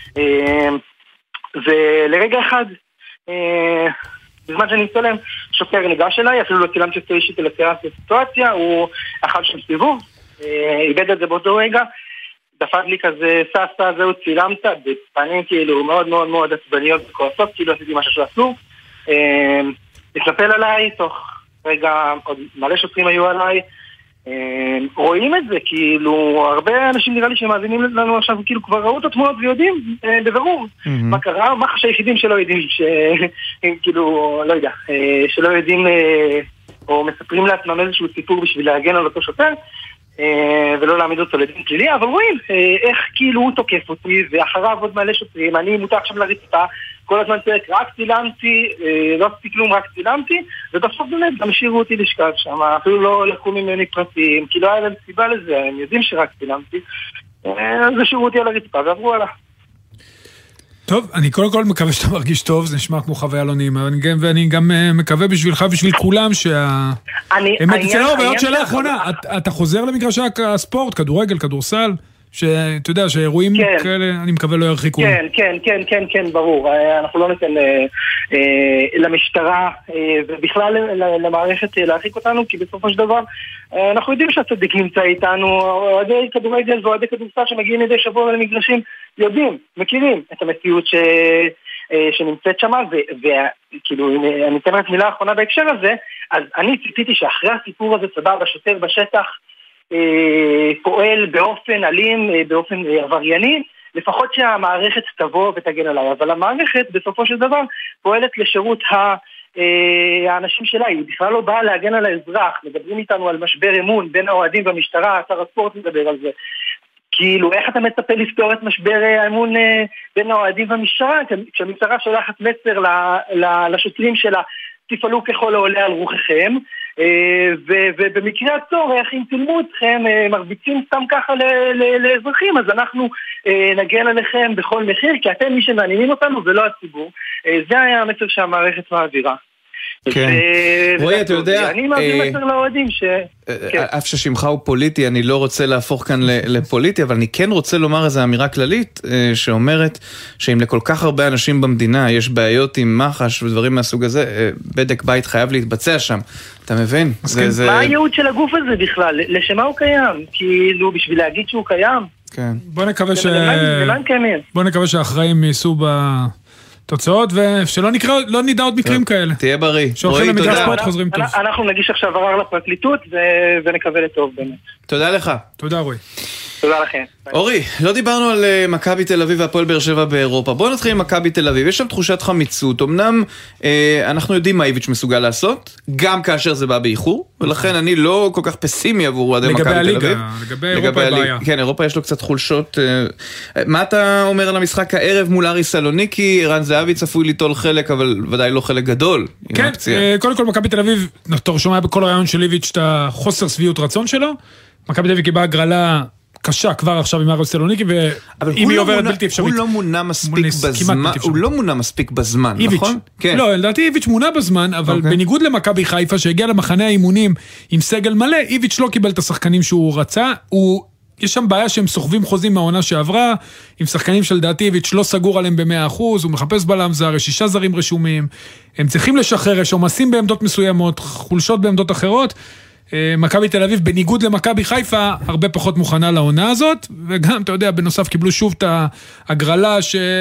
ולרגע אחד, בזמן שאני מצלם, שוטר ניגש אליי, אפילו לא צילמתי אותו אישית לציירה את הסיטואציה, הוא אכל שם סיבוב, איבד את זה באותו רגע, דפק לי כזה ססה, זהו צילמת, בפנים כאילו מאוד מאוד מאוד עצבניות וכועסות, כאילו עשיתי משהו שעשו, התנפל עליי, תוך רגע עוד מלא שוטרים היו עליי, רואים את זה, כאילו הרבה אנשים נראה לי שמאזינים לנו עכשיו, כאילו כבר ראו את התמונות ויודעים בבירור מה קרה, מה חשי היחידים שלא יודעים, כאילו לא יודע, שלא יודעים או מספרים לעצמם איזשהו סיפור בשביל להגן על אותו שוטר ולא להעמיד אותו לדין פלילי, אבל רואים איך כאילו הוא תוקף אותי ואחריו עוד מלא שוטרים, אני מותר עכשיו לרצפה, כל הזמן צועק, רק צילמתי, לא עשיתי כלום, רק צילמתי, ובסוף באמת גם השאירו אותי לשכב שם, אפילו לא לקחו ממני פרטים, כי לא היה להם סיבה לזה, הם יודעים שרק צילמתי, אז השאירו אותי על הרצפה ועברו עלה. טוב, אני קודם כל מקווה שאתה מרגיש טוב, זה נשמע כמו חוויה לא נעימה, ואני גם מקווה בשבילך ובשביל כולם ועוד שאלה האחרונה, אתה חוזר למגרשי הספורט, כדורגל, כדורסל, שאתה יודע, שאירועים כאלה, אני מקווה לא ירחיקו. כן, ברור. אנחנו לא ניתן למשטרה ובכלל למערכת להרחיק אותנו, כי בסופו של דבר אנחנו יודעים שהצדיק נמצא איתנו, אוהדי כדורגל ואוהדי כדורסל שמגיעים מדי שבוע למגרשים, יודעים, מכירים את המציאות שנמצאת שם, וכאילו, אני אתן רק מילה האחרונה בהקשר הזה, אז אני ציפיתי שאחרי הסיפור הזה סבבה, שוטר בשטח, פועל באופן אלים, באופן עברייני, לפחות שהמערכת תבוא ותגן עליי, אבל המערכת בסופו של דבר פועלת לשירות האנשים שלה, היא בכלל לא באה להגן על האזרח. מדברים איתנו על משבר אמון בין האוהדים והמשטרה, שר הספורט מדבר על זה. כאילו, איך אתה מצפה לפתור את משבר האמון בין האוהדים והמשטרה? כשהמשטרה שולחת מסר לשוטרים שלה, תפעלו ככל העולה על רוחכם, ובמקרה הצורך, אם תלמו אתכם, מרביצים סתם ככה לאזרחים, אז אנחנו נגן עליכם בכל מחיר, כי אתם מי שמעניינים אותנו ולא הציבור. זה היה המסר שהמערכת מעבירה. כן. רועי, אתה יודע, אני מעביר מסר לאוהדים ש... אף ששמך הוא פוליטי, אני לא רוצה להפוך כאן לפוליטי, אבל אני כן רוצה לומר איזו אמירה כללית שאומרת שאם לכל כך הרבה אנשים במדינה יש בעיות עם מח"ש ודברים מהסוג הזה, בדק בית חייב להתבצע שם. אתה מבין? מה הייעוד של הגוף הזה בכלל? לשמה הוא קיים? כאילו, בשביל להגיד שהוא קיים? כן. בוא נקווה שהאחראים ייסעו תוצאות, ושלא לא נדע עוד מקרים כאלה. תהיה בריא. שהולכים למגרש ספורט חוזרים טוב. אנחנו נגיש עכשיו ערר לפרקליטות ונקווה לטוב באמת. תודה לך. תודה רועי. תודה לכם. אורי, לא דיברנו על מכבי תל אביב והפועל באר שבע באירופה. בואו נתחיל עם מכבי תל אביב. יש שם תחושת חמיצות. אמנם אנחנו יודעים מה איביץ' מסוגל לעשות, גם כאשר זה בא באיחור, ולכן אני לא כל כך פסימי עבור אוהדי מכבי תל אביב. לגבי אירופה בעיה. כן, אירופה יש לו קצת חולשות. מה אתה אומר על המשחק הערב מול אריס סלוניקי? ערן זהבי צפוי ליטול חלק, אבל ודאי לא חלק גדול. כן, קודם כל מכבי תל אביב, אתה שומע בכל הרעיון של איביץ' את החוסר שביעות רצון שלו. מכבי תל אביב קיבלה הגרלה קשה כבר עכשיו עם אריס סלוניקי, ואם היא עוברת בלתי אפשרית. הוא לא מונה מספיק בזמן, הוא לא מונה מספיק בזמן, נכון? לא, לדעתי איביץ' מונה בזמן, אבל בניגוד למכבי חיפה שהגיע למחנה האימונים עם סגל מלא, איביץ' לא קיבל את השחקנים שהוא רצה, יש שם בעיה שהם סוחבים חוזים מהעונה שעברה, עם שחקנים שלדעתי איביץ' לא סגור עליהם ב100%, הוא מחפש בלם זר, 6 זרים רשומים, הם צריכים לשחרר, יש עומסים בעמדות מסוימות, חולשות בעמדות אחרות, מכבי תל אביב, בניגוד למכבי חיפה, הרבה פחות מוכנה לעונה הזאת, וגם, אתה יודע, בנוסף קיבלו שוב את ההגרלה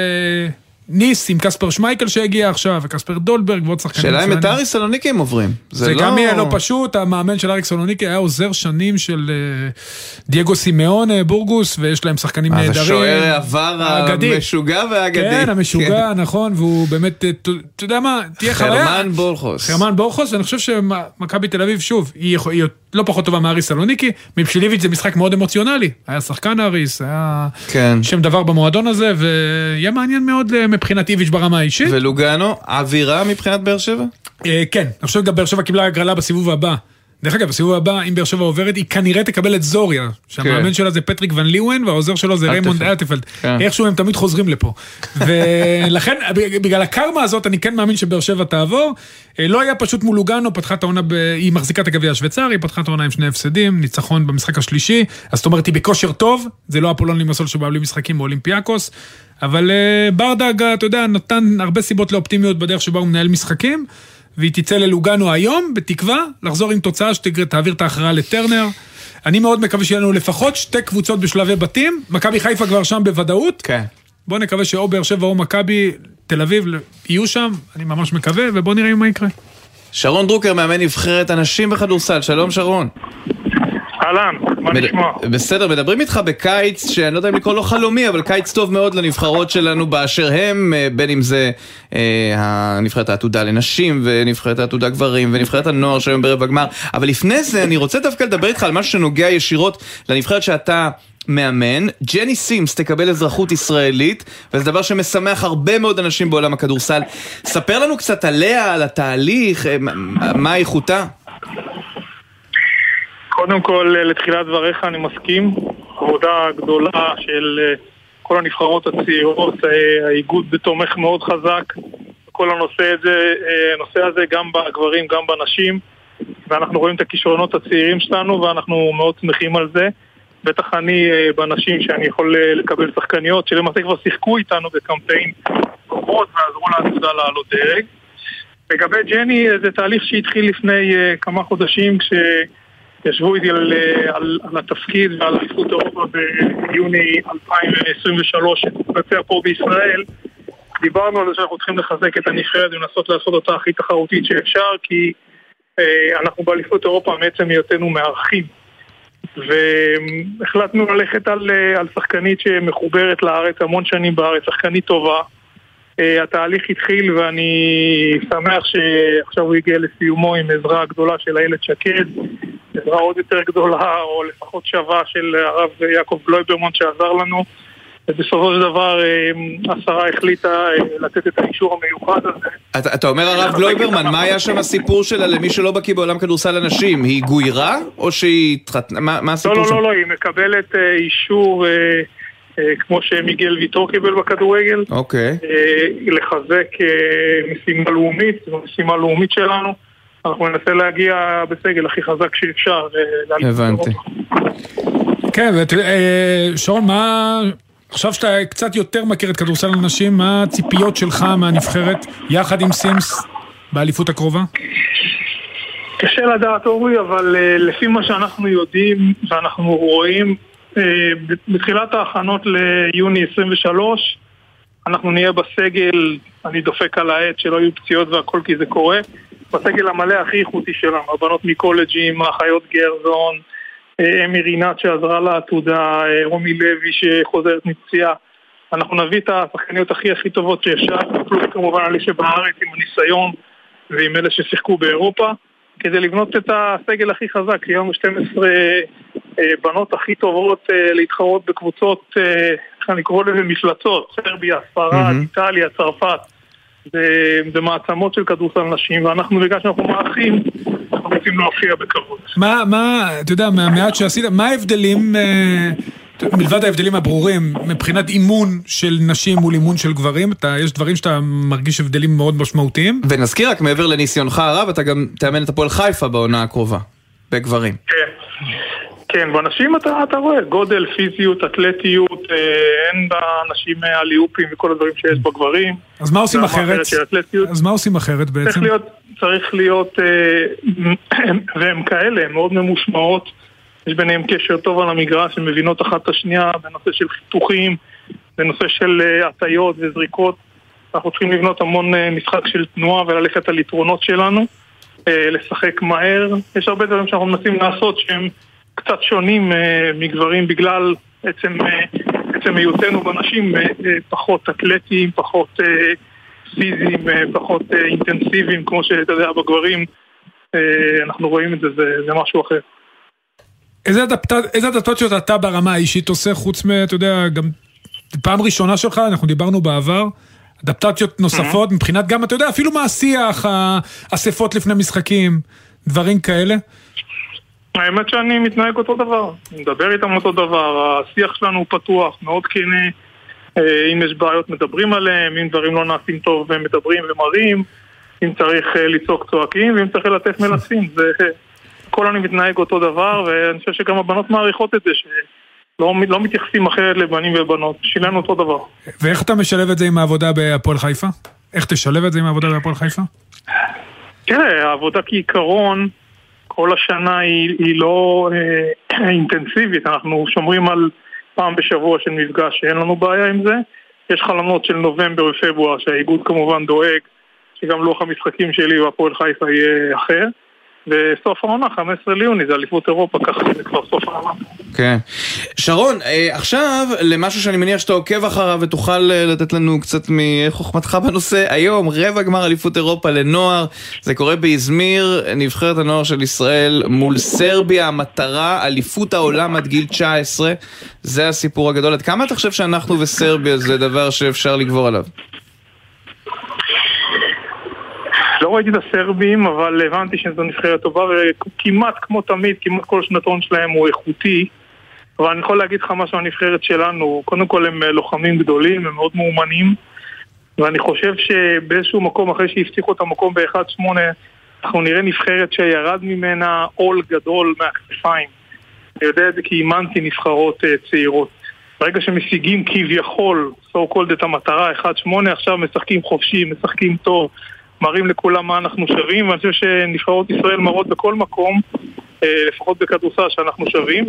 ניס עם קספר שמייקל שהגיע עכשיו, וקספר דולברג ועוד שחקנים. שאלה אם את אריס סלוניקי הם עוברים. זה גם יהיה לא פשוט, המאמן של אריס סלוניקי היה עוזר שנים של דייגו סימאון בורגוס, ויש להם שחקנים נהדרים. זה שוער עבר המשוגע והאגדי. כן, המשוגע, נכון, והוא באמת, אתה יודע מה, תהיה חוויה. חרמן בורחוס, ואני חושב שמכבי תל אביב, שוב, היא לא פחות טובה מאריס סלוניקי, מבשליביץ' זה משחק מאוד אמוציונלי, היה שחקן אריס, היה שם דבר במועדון הזה, ויהיה מעניין מאוד מבחינת איביץ' ברמה האישית. ולוגאנו, אווירה מבחינת באר שבע? כן, אני חושב שגם באר שבע קיבלה הגרלה בסיבוב הבא. דרך אגב, בסיבוב הבא, אם באר שבע עוברת, היא כנראה תקבל את זוריה, שהמאמן שלה זה פטריק ון ליוון, והעוזר שלו זה ריימונד אלטפלד. איכשהו הם תמיד חוזרים לפה. ולכן, בגלל הקרמה הזאת, אני כן מאמין שבאר שבע תעבור. לא היה פשוט מול לוגאנו, פתחה את העונה, היא מחזיקה את הגביע השוויצרי, היא פתחה את העונה עם 2 הפסדים, ניצחון במשחק השלישי, אז זאת אומרת, היא בכושר טוב, זה לא אפולון לימסול שבא בלי משחקים באולימפיאקוס, אבל ברדאג, אתה יודע, נתן הרבה סיבות לאופטימיות בדרך שבה הוא מנהל משחקים, והיא תצא ללוגאנו היום, בתקווה, לחזור עם תוצאה שתעביר את ההכרעה לטרנר. אני מאוד מקווה שיהיה לנו לפחות 2 קבוצות בשלבי בתים, מכבי חיפה כבר שם בוודאות. כן. בוא נקווה שאו באר שבע או מכבי תל אביב יהיו שם, אני ממש מקווה, ובוא נראה מה יקרה. שרון דרוקר, מאמן נבחרת הנשים בכדורסל, שלום שרון. אהלן, מה נשמע? בסדר, מדברים איתך בקיץ, שאני לא יודע אם לקרוא לו חלומי, אבל קיץ טוב מאוד לנבחרות שלנו באשר הם, בין אם זה נבחרת העתודה לנשים, ונבחרת העתודה גברים, ונבחרת הנוער שהיום ברבע הגמר. אבל לפני זה, אני רוצה דווקא לדבר איתך על משהו שנוגע ישירות לנבחרת שאתה מאמן. ג'ני סימס תקבל אזרחות ישראלית, וזה דבר שמשמח הרבה מאוד אנשים בעולם הכדורסל. ספר לנו קצת עליה, על התהליך, מה איכותה? קודם כל, לתחילת דבריך אני מסכים. עבודה גדולה של כל הנבחרות הצעירות, האיגוד תומך מאוד חזק בכל הנושא הזה, גם בגברים, גם בנשים, ואנחנו רואים את הכישרונות הצעירים שלנו, ואנחנו מאוד שמחים על זה. בטח אני בנשים שאני יכול לקבל שחקניות, שלמעשה כבר שיחקו איתנו בקמפיין קורות, ועזרו לעתודה לעלות דרג. לגבי ג'ני, זה תהליך שהתחיל לפני כמה חודשים, ישבו איתי על התפקיד ועל אליפות אירופה ביוני 2023 שתתבצע פה בישראל. דיברנו על זה שאנחנו צריכים לחזק את הנבחרת ולנסות לעשות אותה הכי תחרותית שאפשר, כי אנחנו באליפות אירופה מעצם היותנו מארחים. והחלטנו ללכת על שחקנית שמחוברת לארץ, המון שנים בארץ, שחקנית טובה. התהליך התחיל ואני שמח שעכשיו הוא הגיע לסיומו עם עזרה גדולה של איילת שקד, עזרה עוד יותר גדולה או לפחות שווה של הרב יעקב גלויברמן שעזר לנו, ובסופו של דבר השרה החליטה לתת את האישור המיוחד הזה. אתה אומר הרב גלויברמן, מה היה שם הסיפור שלה למי שלא בקיא בעולם כדורסל הנשים? היא גוירה או שהיא התחתנה? מה הסיפור שם? לא, היא מקבלת אישור כמו שמיגל ויטור קיבל בכדורגל, לחזק משימה לאומית, זו משימה לאומית שלנו, אנחנו ננסה להגיע בסגל הכי חזק שאפשר. הבנתי. כן, שרון, מה... עכשיו שאתה קצת יותר מכיר את כדורסל הנשים, מה הציפיות שלך מהנבחרת יחד עם סימס באליפות הקרובה? קשה לדעת אורי, אבל לפי מה שאנחנו יודעים ואנחנו רואים, בתחילת ההכנות ליוני 23 אנחנו נהיה בסגל, אני דופק על העט שלא יהיו פציעות והכל כי זה קורה, בסגל המלא הכי איכותי שלנו, הבנות מקולג'ים, האחיות גרזון, אמי רינת שעזרה לעתודה, רומי לוי שחוזרת מפציעה. אנחנו נביא את השחקניות הכי טובות שאפשר, פלוס כמובן עלי שבארץ עם הניסיון ועם אלה ששיחקו באירופה, כדי לבנות את הסגל הכי חזק. היום 12 בנות הכי טובות להתחרות בקבוצות, איך אני קורא לזה מפלצות, סרביה, ספרד, איטליה, צרפת. זה מעצמות של כדורסל נשים, ואנחנו בגלל שאנחנו מאחים, אנחנו רוצים להופיע בקרוב. מה, אתה יודע, מהמעט שעשית, מה ההבדלים, מלבד ההבדלים הברורים, מבחינת אימון של נשים מול אימון של גברים, יש דברים שאתה מרגיש הבדלים מאוד משמעותיים? ונזכיר רק, מעבר לניסיונך הרב, אתה גם תאמן את הפועל חיפה בעונה הקרובה, בגברים. כן, באנשים אתה רואה, גודל, פיזיות, אתלטיות, אין באנשים הליופים וכל הדברים שיש בגברים. אז מה עושים אחרת? אז מה עושים אחרת בעצם? צריך להיות, והם כאלה, הם מאוד ממושמעות, יש ביניהם קשר טוב על המגרש, הם מבינות אחת את השנייה, בנושא של חיתוכים, בנושא של הטיות וזריקות, אנחנו צריכים לבנות המון משחק של תנועה וללכת על יתרונות שלנו, לשחק מהר, יש הרבה דברים שאנחנו מנסים לעשות שהם קצת שונים מגברים בגלל עצם היותנו בנשים, פחות אתלטיים, פחות פיזיים, פחות אינטנסיביים, כמו שאתה יודע בגברים, אנחנו רואים את זה, זה משהו אחר. איזה אדפטציות אתה ברמה האישית עושה, חוץ אתה יודע, גם פעם ראשונה שלך, אנחנו דיברנו בעבר, אדפטציות נוספות, מבחינת גם, אתה יודע, אפילו מהשיח, האספות לפני משחקים, דברים כאלה? האמת שאני מתנהג אותו דבר, מדבר איתם אותו דבר, השיח שלנו הוא פתוח, מאוד כנה, אם יש בעיות מדברים עליהם, אם דברים לא נעשים טוב ומדברים ומראים, אם צריך לצעוק צועקים, ואם צריך ללטף מלטפים, זה כל אני מתנהג אותו דבר, ואני חושב שגם הבנות מעריכות את זה, שלא מתייחסים אחרת לבנים ובנות, שילנו אותו דבר. ואיך אתה משלב את זה עם העבודה בהפועל חיפה? איך תשלב את זה עם העבודה בהפועל חיפה? תראה, העבודה כעיקרון, כל השנה היא לא אינטנסיבית, אנחנו שומרים על פעם בשבוע של מפגש שאין לנו בעיה עם זה, יש חלומות של נובמבר ופברואר שהאיגוד כמובן דואג שגם לוח המשחקים שלי והפועל חיפה יהיה אחר, וסוף העונה 15 ליוני זה אליפות אירופה, ככה זה כבר סוף העונה. כן. שרון, עכשיו למשהו שאני מניח שאתה עוקב אחריו ותוכל לתת לנו קצת מחוכמתך בנושא, היום רבע גמר אליפות אירופה לנוער, זה קורה באזמיר, נבחרת הנוער של ישראל מול סרביה, המטרה אליפות העולם עד גיל 19, זה הסיפור הגדול. עד כמה אתה חושב שאנחנו וסרביה זה דבר שאפשר לגבור עליו? לא ראיתי את הסרבים, אבל הבנתי שזו נבחרת טובה, וכמעט כמו תמיד, כמעט כל שנתון שלהם הוא איכותי, אבל אני יכול להגיד לך משהו הנבחרת שלנו, קודם כל הם לוחמים גדולים, הם מאוד מאומנים, ואני חושב שבאיזשהו מקום, אחרי שהבטיחו את המקום ב-1-8, אנחנו נראה נבחרת שירד ממנה עול גדול מהכתפיים. אני יודע את זה כי אימנתי נבחרות צעירות. ברגע שמשיגים כביכול, so called את המטרה 1-8, עכשיו משחקים חופשי, משחקים טוב, מראים לכולם מה אנחנו שווים, ואני חושב שנבחרות ישראל מראות בכל מקום, לפחות בכדורסל שאנחנו שווים,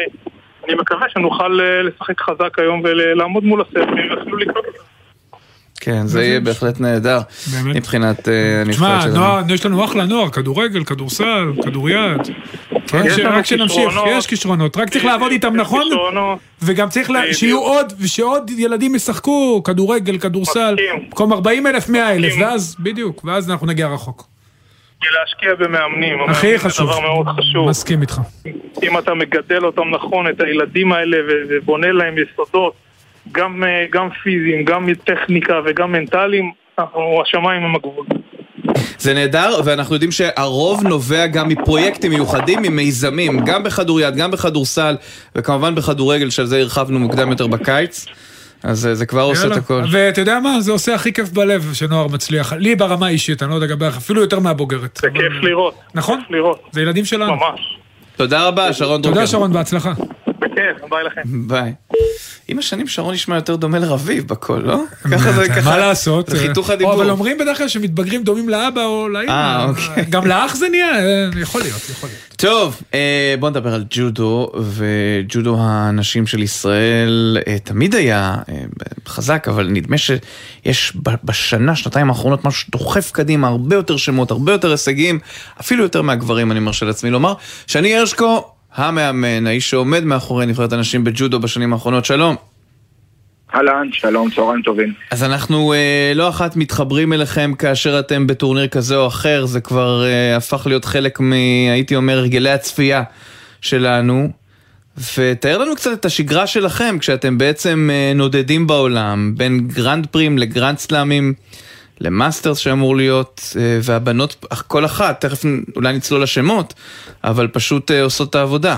ואני מקווה שנוכל לשחק חזק היום ולעמוד מול הסרבים ואפילו לקרוא את זה. כן, זה יהיה בהחלט נהדר מבחינת הנבחרת שלנו. תשמע, יש לנו אחלה נוער, כדורגל, כדורסל, כדוריד. רק שנמשיך, יש כישרונות, רק צריך לעבוד איתם נכון, וגם צריך שיהיו עוד, ושעוד ילדים ישחקו כדורגל, כדורסל, במקום 40,000, 100,000, ואז, בדיוק, ואז אנחנו נגיע רחוק. להשקיע במאמנים, הכי חשוב, זה דבר מאוד חשוב. מסכים איתך. אם אתה מגדל אותם נכון, את הילדים האלה, ובונה להם יסודות, גם פיזיים, גם טכניקה וגם מנטליים, השמיים הם הגבול. זה נהדר, ואנחנו יודעים שהרוב נובע גם מפרויקטים מיוחדים, ממיזמים, גם בכדוריד, גם בכדורסל, וכמובן בכדורגל, שעל זה הרחבנו מוקדם יותר בקיץ. אז זה כבר עושה את הכל. ואתה יודע מה? זה עושה הכי כיף בלב שנוער מצליח. לי ברמה אישית, אני לא יודע לגבי, אפילו יותר מהבוגרת. זה כיף לראות. נכון? זה ילדים שלנו. ממש. תודה רבה, שרון דרוקר. תודה שרון, בהצלחה. בכיף, ביי לכם. ביי. עם השנים שרון נשמע יותר דומה לרביב בקול, לא? ככה זה ככה. מה לעשות? זה חיתוך הדיבור. אבל אומרים בדרך כלל שמתבגרים דומים לאבא או לאמא. אוקיי. גם לאח זה נהיה, יכול להיות. טוב, בוא נדבר על ג'ודו, וג'ודו הנשים של ישראל תמיד היה חזק, אבל נדמה שיש בשנה, שנתיים האחרונות משהו דוחף קדימה, הרבה יותר שמות, הרבה יותר הישגים, אפילו יותר מהגברים, אני מרשה לעצמי לומר. שני הרשקו, המאמן, האיש שעומד מאחורי נבחרת הנשים בג'ודו בשנים האחרונות, שלום. אהלן, שלום, צהריים טובים. אז אנחנו לא אחת מתחברים אליכם כאשר אתם בטורניר כזה או אחר, זה כבר הפך להיות חלק הייתי אומר, הרגלי הצפייה שלנו, ותאר לנו קצת את השגרה שלכם, כשאתם בעצם נודדים בעולם, בין גרנד פרים לגרנד סלאמים, למאסטרס שאמור להיות, והבנות, כל אחת, תכף אולי נצלול לשמות, אבל פשוט עושות את העבודה.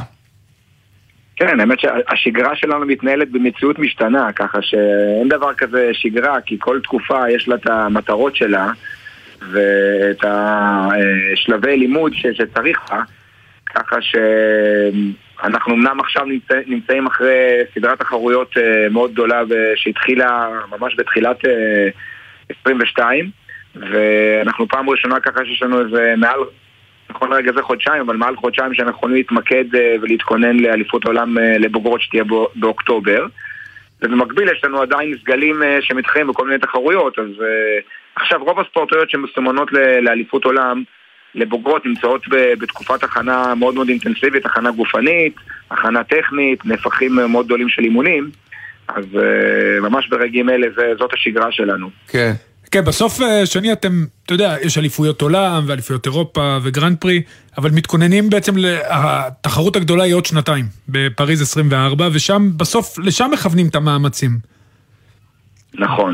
כן, האמת שהשגרה שלנו מתנהלת במציאות משתנה, ככה שאין דבר כזה שגרה, כי כל תקופה יש לה את המטרות שלה, ואת השלבי לימוד שצריך לה, ככה שאנחנו אמנם עכשיו נמצאים אחרי סדרת תחרויות מאוד גדולה, שהתחילה ממש בתחילת 22, ואנחנו פעם ראשונה ככה שיש לנו איזה מעל, נכון רגע זה חודשיים, אבל מעל חודשיים שאנחנו יכולים להתמקד ולהתכונן לאליפות העולם לבוגרות שתהיה באוקטובר, ובמקביל יש לנו עדיין סגלים שמתחרים בכל מיני תחרויות, אז עכשיו רוב הספורטאיות שמסומנות לאליפות עולם לבוגרות נמצאות בתקופת הכנה מאוד מאוד אינטנסיבית, הכנה גופנית, הכנה טכנית, נפחים מאוד גדולים של אימונים, אז ממש ברגעים אלה זאת השגרה שלנו. כן. כן, בסוף שני אתם, אתה יודע, יש אליפויות עולם ואליפויות אירופה וגרנד פרי, אבל מתכוננים בעצם התחרות הגדולה היא עוד שנתיים, בפריז 24, ושם, בסוף, לשם מכוונים את המאמצים. נכון,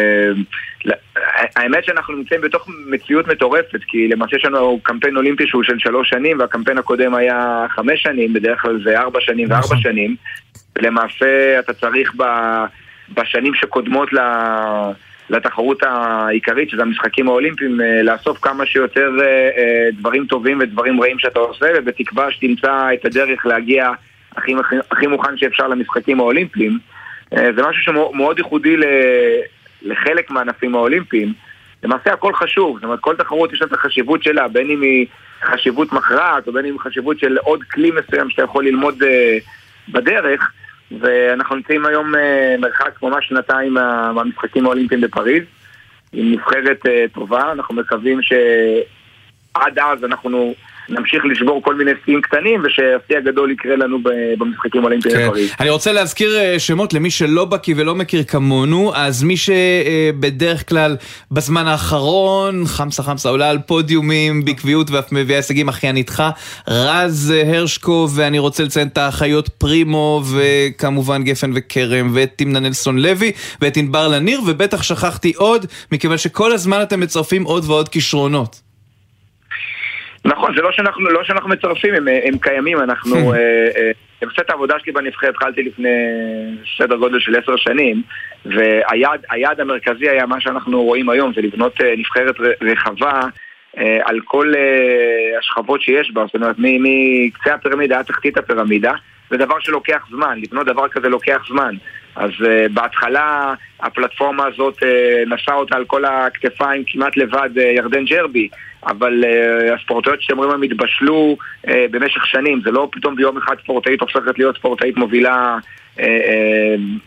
האמת שאנחנו נמצאים בתוך מציאות מטורפת, כי למעשה יש לנו קמפיין אולימפי שהוא של 3 שנים, והקמפיין הקודם היה 5 שנים, בדרך כלל זה 4 שנים ו4 שנים, ולמעשה אתה צריך בשנים שקודמות לתחרות העיקרית, שזה המשחקים האולימפיים, לאסוף כמה שיותר דברים טובים ודברים רעים שאתה עושה, ובתקווה שתמצא את הדרך להגיע הכי מוכן שאפשר למשחקים האולימפיים. זה משהו שמאוד ייחודי לחלק מהענפים האולימפיים. למעשה הכל חשוב, זאת אומרת כל תחרות יש לה את החשיבות שלה, בין אם היא חשיבות מכרעת, או בין אם היא חשיבות של עוד כלי מסוים שאתה יכול ללמוד בדרך, ואנחנו נמצאים היום מרחק ממש 2 מהמשחקים האולימפיים בפריז, עם נבחרת טובה. אנחנו מקווים שעד אז אנחנו נמשיך לשבור כל מיני שיאים קטנים, ושהשיא הגדול יקרה לנו במשחקים האולימפיים בפריז. אני רוצה להזכיר שמות למי שלא בקי ולא מכיר כמונו, אז מי שבדרך כלל בזמן האחרון חמסה עולה על פודיומים בקביעות ואף מביאה הישגים, אחיינתך רז הרשקו, ואני רוצה לציין את האחיות פרימו וכמובן גפן וקרם ואת תמנה נלסון לוי ואת ענבר לניר, ובטח שכחתי עוד, מכיוון שכל הזמן אתם מצרפים עוד ועוד כישרונות. נכון, זה לא שאנחנו מצרפים, הם קיימים. אנחנו עושה את העבודה שלי בנבחרת, התחלתי לפני סדר גודל של 10 שנים, והיעד המרכזי היה מה שאנחנו רואים היום, זה לבנות נבחרת רחבה על כל השכבות שיש בה, זאת אומרת מקצה הפירמידה עד תחתית הפירמידה, זה דבר שלוקח זמן, לבנות דבר כזה לוקח זמן. אז בהתחלה הפלטפורמה הזאת נשאה אותה על כל הכתפיים כמעט לבד ירדן ג'רבי, אבל הספורטאיות שאומרים הם התבשלו במשך שנים, זה לא פתאום ביום אחד ספורטאית הופכת להיות ספורטאית מובילה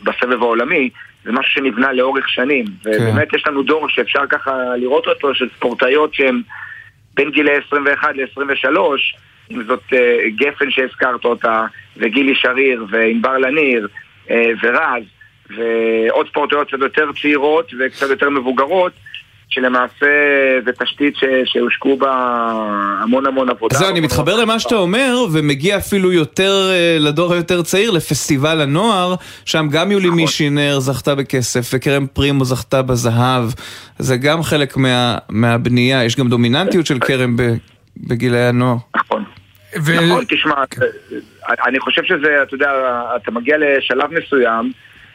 בסבב העולמי, זה משהו שנבנה לאורך שנים, ובאמת יש לנו דור שאפשר ככה לראות אותו, של ספורטאיות שהן בין גילי 21 ל-23, אם זאת גפן שהזכרת אותה, וגילי שריר, וענבר לניר, ורז, ועוד ספורטאיות קצת יותר צעירות וקצת יותר מבוגרות, שלמעשה זה תשתית שהושקעו בה המון עבודה. זהו, אני מתחבר למה שאתה אומר, ומגיע אפילו יותר לדור היותר צעיר, לפסטיבל הנוער, שם גם יולי מישינר זכתה בכסף, וקרם פרימו זכתה בזהב. זה גם חלק מהבנייה, יש גם דומיננטיות של קרם בגילי הנוער. נכון. נכון, תשמע, אני חושב שזה, אתה יודע, אתה מגיע לשלב מסוים,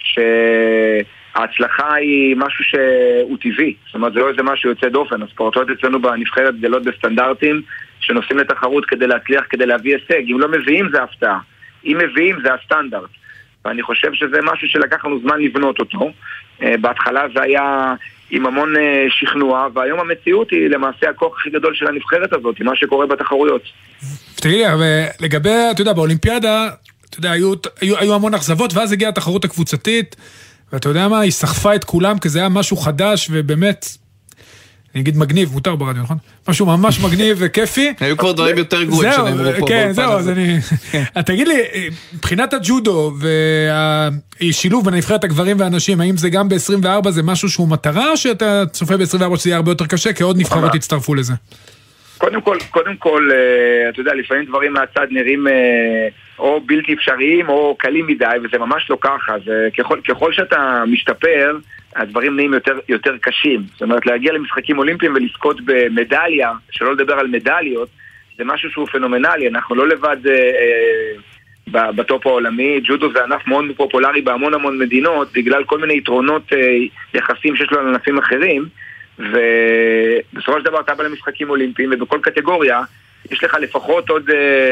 ההצלחה היא משהו שהוא טבעי, זאת אומרת זה לא איזה משהו יוצא דופן, הספורטאיות אצלנו בנבחרת גדלות בסטנדרטים שנוסעים לתחרות כדי להצליח, כדי להביא הישג, אם לא מביאים זה הפתעה, אם מביאים זה הסטנדרט, ואני חושב שזה משהו שלקח לנו זמן לבנות אותו, בהתחלה זה היה עם המון שכנוע, והיום המציאות היא למעשה הכוח הכי גדול של הנבחרת הזאת, מה שקורה בתחרויות. תגיד לי, לגבי, אתה יודע, באולימפיאדה, אתה יודע, היו המון אכזבות, ואז הגיעה התחרות הקבוצתית, ואתה יודע מה, היא סחפה את כולם, כי זה היה משהו חדש, ובאמת, אני אגיד מגניב, מותר ברדיו, נכון? משהו ממש מגניב וכיפי. היו כבר דברים יותר גרועים שנאמרו פה. כן, זהו, אז אני... תגיד לי, מבחינת הג'ודו, והשילוב בין נבחרת הגברים והאנשים, האם זה גם ב-24 זה משהו שהוא מטרה, או שאתה צופה ב-24 שזה יהיה הרבה יותר קשה, כי עוד נבחרות יצטרפו לזה? קודם כל, אתה יודע, לפעמים דברים מהצד נראים או בלתי אפשריים או קלים מדי, וזה ממש לא ככה. ככל שאתה משתפר, הדברים נהיים יותר קשים. זאת אומרת, להגיע למשחקים אולימפיים ולזכות במדליה, שלא לדבר על מדליות, זה משהו שהוא פנומנלי. אנחנו לא לבד בטופ העולמי. ג'ודו זה ענף מאוד פופולרי בהמון מדינות, בגלל כל מיני יתרונות יחסים שיש לו על ענפים אחרים. ובסופו של דבר אתה בא למשחקים אולימפיים, ובכל קטגוריה יש לך לפחות עוד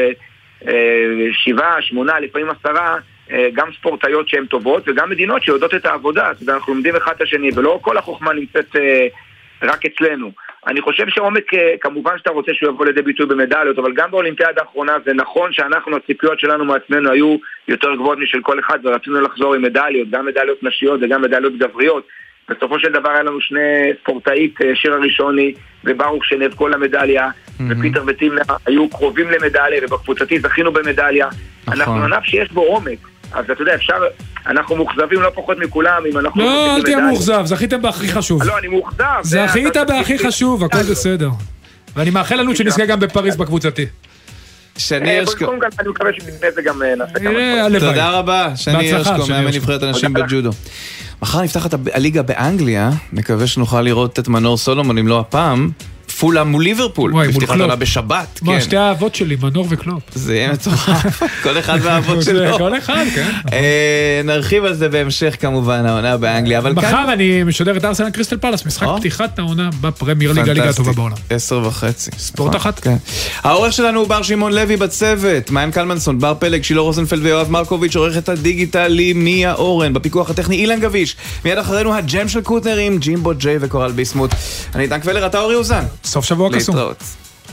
7, 8, לפעמים 10 גם ספורטאיות שהן טובות וגם מדינות שיודעות את העבודה. אנחנו לומדים אחד את השני, ולא כל החוכמה נמצאת רק אצלנו. אני חושב שעומק, כמובן שאתה רוצה שהוא יבוא לידי ביטוי במדליות, אבל גם באולימפיאדה האחרונה זה נכון שאנחנו, הציפיות שלנו מעצמנו היו יותר גבוהות משל כל אחד, ורצינו לחזור עם מדליות, גם מדליות נשיות וגם מדליות גבריות. בסופו של דבר היה לנו שני ספורטאית, שיר הראשוני וברוך שנאבקו למדליה, ופיטר וטימנה היו קרובים למדליה, ובקבוצתי זכינו במדליה. אנחנו ענף שיש בו עומק, אז אתה יודע, אפשר, אנחנו מוכזבים לא פחות מכולם אם אנחנו... לא, אל תהיה מוכזב, זכיתם בהכי חשוב. לא, אני מוכזב. זכית בהכי חשוב, הכל בסדר. ואני מאחל לנו שנזכה גם בפריז בקבוצתי. שני ארשקו. אני מקווה שבפני זה גם נעשה כמה. תודה רבה, שני ארשקו, מאמן נבחרת הנשים בג'ודו. מחר נפתחת הליגה באנגליה, נקווה שנוכל לראות את מנור סולומון, אם לא הפעם, פולה מול ליברפול, בפתיחת עונה בשבת. מה, שתי האהבות שלי, מנור וקלופ. זה יהיה מטורף, כל אחד והאהבות שלו. כל אחד, כן. נרחיב על זה בהמשך כמובן, העונה באנגליה. מחר אני משדר את ארסנל קריסטל פלאס, משחק פתיחת העונה בפרמייר ליגה, הליגה הטובה בעולם. 10:30. ספורט אחת. העורך שלנו הוא בר שמעון לוי בצוות, מעיין קלמנסון, בר פלג, שילה רוזנפלד ויואב מרקוביץ', עורכת הדיגיטלי מיה אורן, בפיקוח הטכני אילן גביש. מיד אחרינו הג'ם של קוטנר עם ג'ימבו ג'יי וקורל ביסמוט. אני איתן קבלר, אתה אורי אוזן. סוף שבוע קסום. להתראות.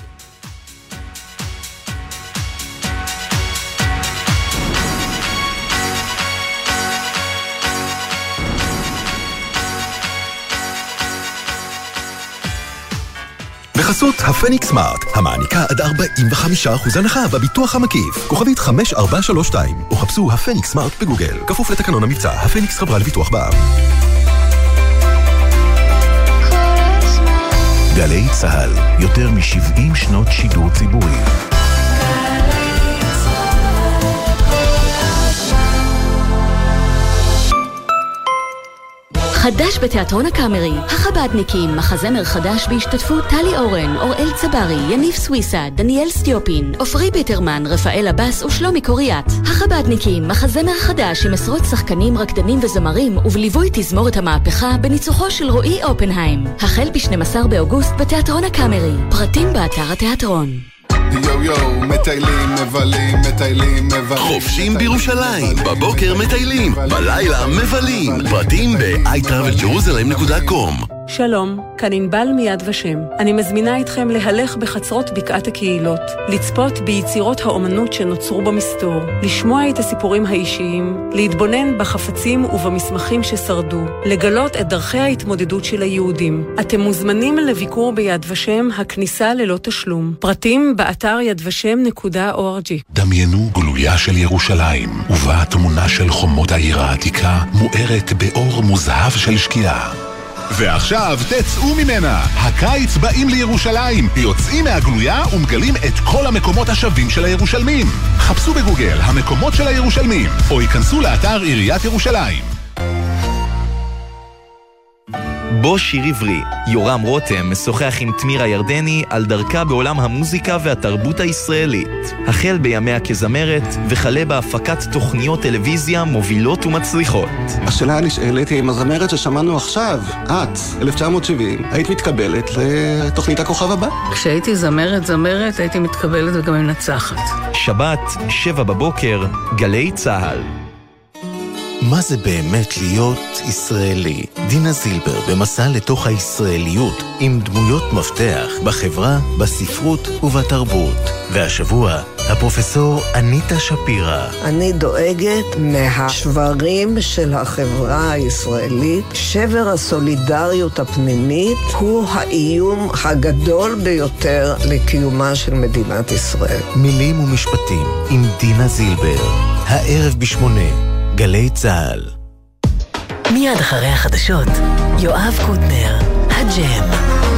בחסות הפניקס סמארט, המעניקה עד 45% הנחה בביטוח המקיף. כוכבית 5432, או חפשו הפניקס סמארט בגוגל. כפוף לתקנון המבצע, הפניקס חברה לביטוח בע"מ. גלי צהל, יותר מ-70 שנות שידור ציבורי. חדש בתיאטרון הקאמרי, החבדניקים, מחזמר חדש בהשתתפות טלי אורן, אוראל צברי, יניב סוויסה, דניאל סטיופין, עופרי ביטרמן, רפאל אבס ושלומי קוריאט. החבדניקים, מחזמר חדש עם עשרות שחקנים, רקדנים וזמרים, ובליווי תזמורת המהפכה בניצוחו של רועי אופנהיים. החל ב-12 באוגוסט בתיאטרון הקאמרי. פרטים באתר התיאטרון. יו יו, מטיילים, מבלים, מטיילים, מבלים. חופשים בירושלים, בבוקר מטיילים, בלילה מבלים. פרטים ב-iTravelJerusalem.com. שלום, כאן ענבל מיד ושם. אני מזמינה אתכם להלך בחצרות בקעת הקהילות, לצפות ביצירות האומנות שנוצרו במסתור, לשמוע את הסיפורים האישיים, להתבונן בחפצים ובמסמכים ששרדו, לגלות את דרכי ההתמודדות של היהודים. אתם מוזמנים לביקור ביד ושם, הכניסה ללא תשלום. פרטים באתר yadvashem.org. דמיינו גלויה של ירושלים, ובה תמונה של חומות העיר העתיקה מוארת באור מוזהב של שקיעה. ועכשיו תצאו ממנה. הקיץ באים לירושלים. יוצאים מהגלויה ומגלים את כל המקומות השווים של הירושלמים. חפשו בגוגל המקומות של הירושלמים, או ייכנסו לאתר עיריית ירושלים. בו שיר עברי, יורם רותם משוחח עם תמירה ירדני על דרכה בעולם המוזיקה והתרבות הישראלית. החל בימיה כזמרת וכלה בהפקת תוכניות טלוויזיה מובילות ומצליחות. השאלה הנשאלת היא אם הזמרת ששמענו עכשיו, את, 1970, היית מתקבלת לתוכנית הכוכב הבא? כשהייתי זמרת, הייתי מתקבלת וגם מנצחת. שבת, 7 בבוקר, גלי צהל. מה זה באמת להיות ישראלי? דינה זילבר במסע לתוך הישראליות עם דמויות מפתח בחברה, בספרות ובתרבות. והשבוע, הפרופסור אניטה שפירא. אני דואגת מהשברים של החברה הישראלית. שבר הסולידריות הפנימית הוא האיום הגדול ביותר לקיומה של מדינת ישראל. מילים ומשפטים עם דינה זילבר. הערב ב8. גלי צהל. מיד אחרי החדשות, יואב קוטנר, הג'ם.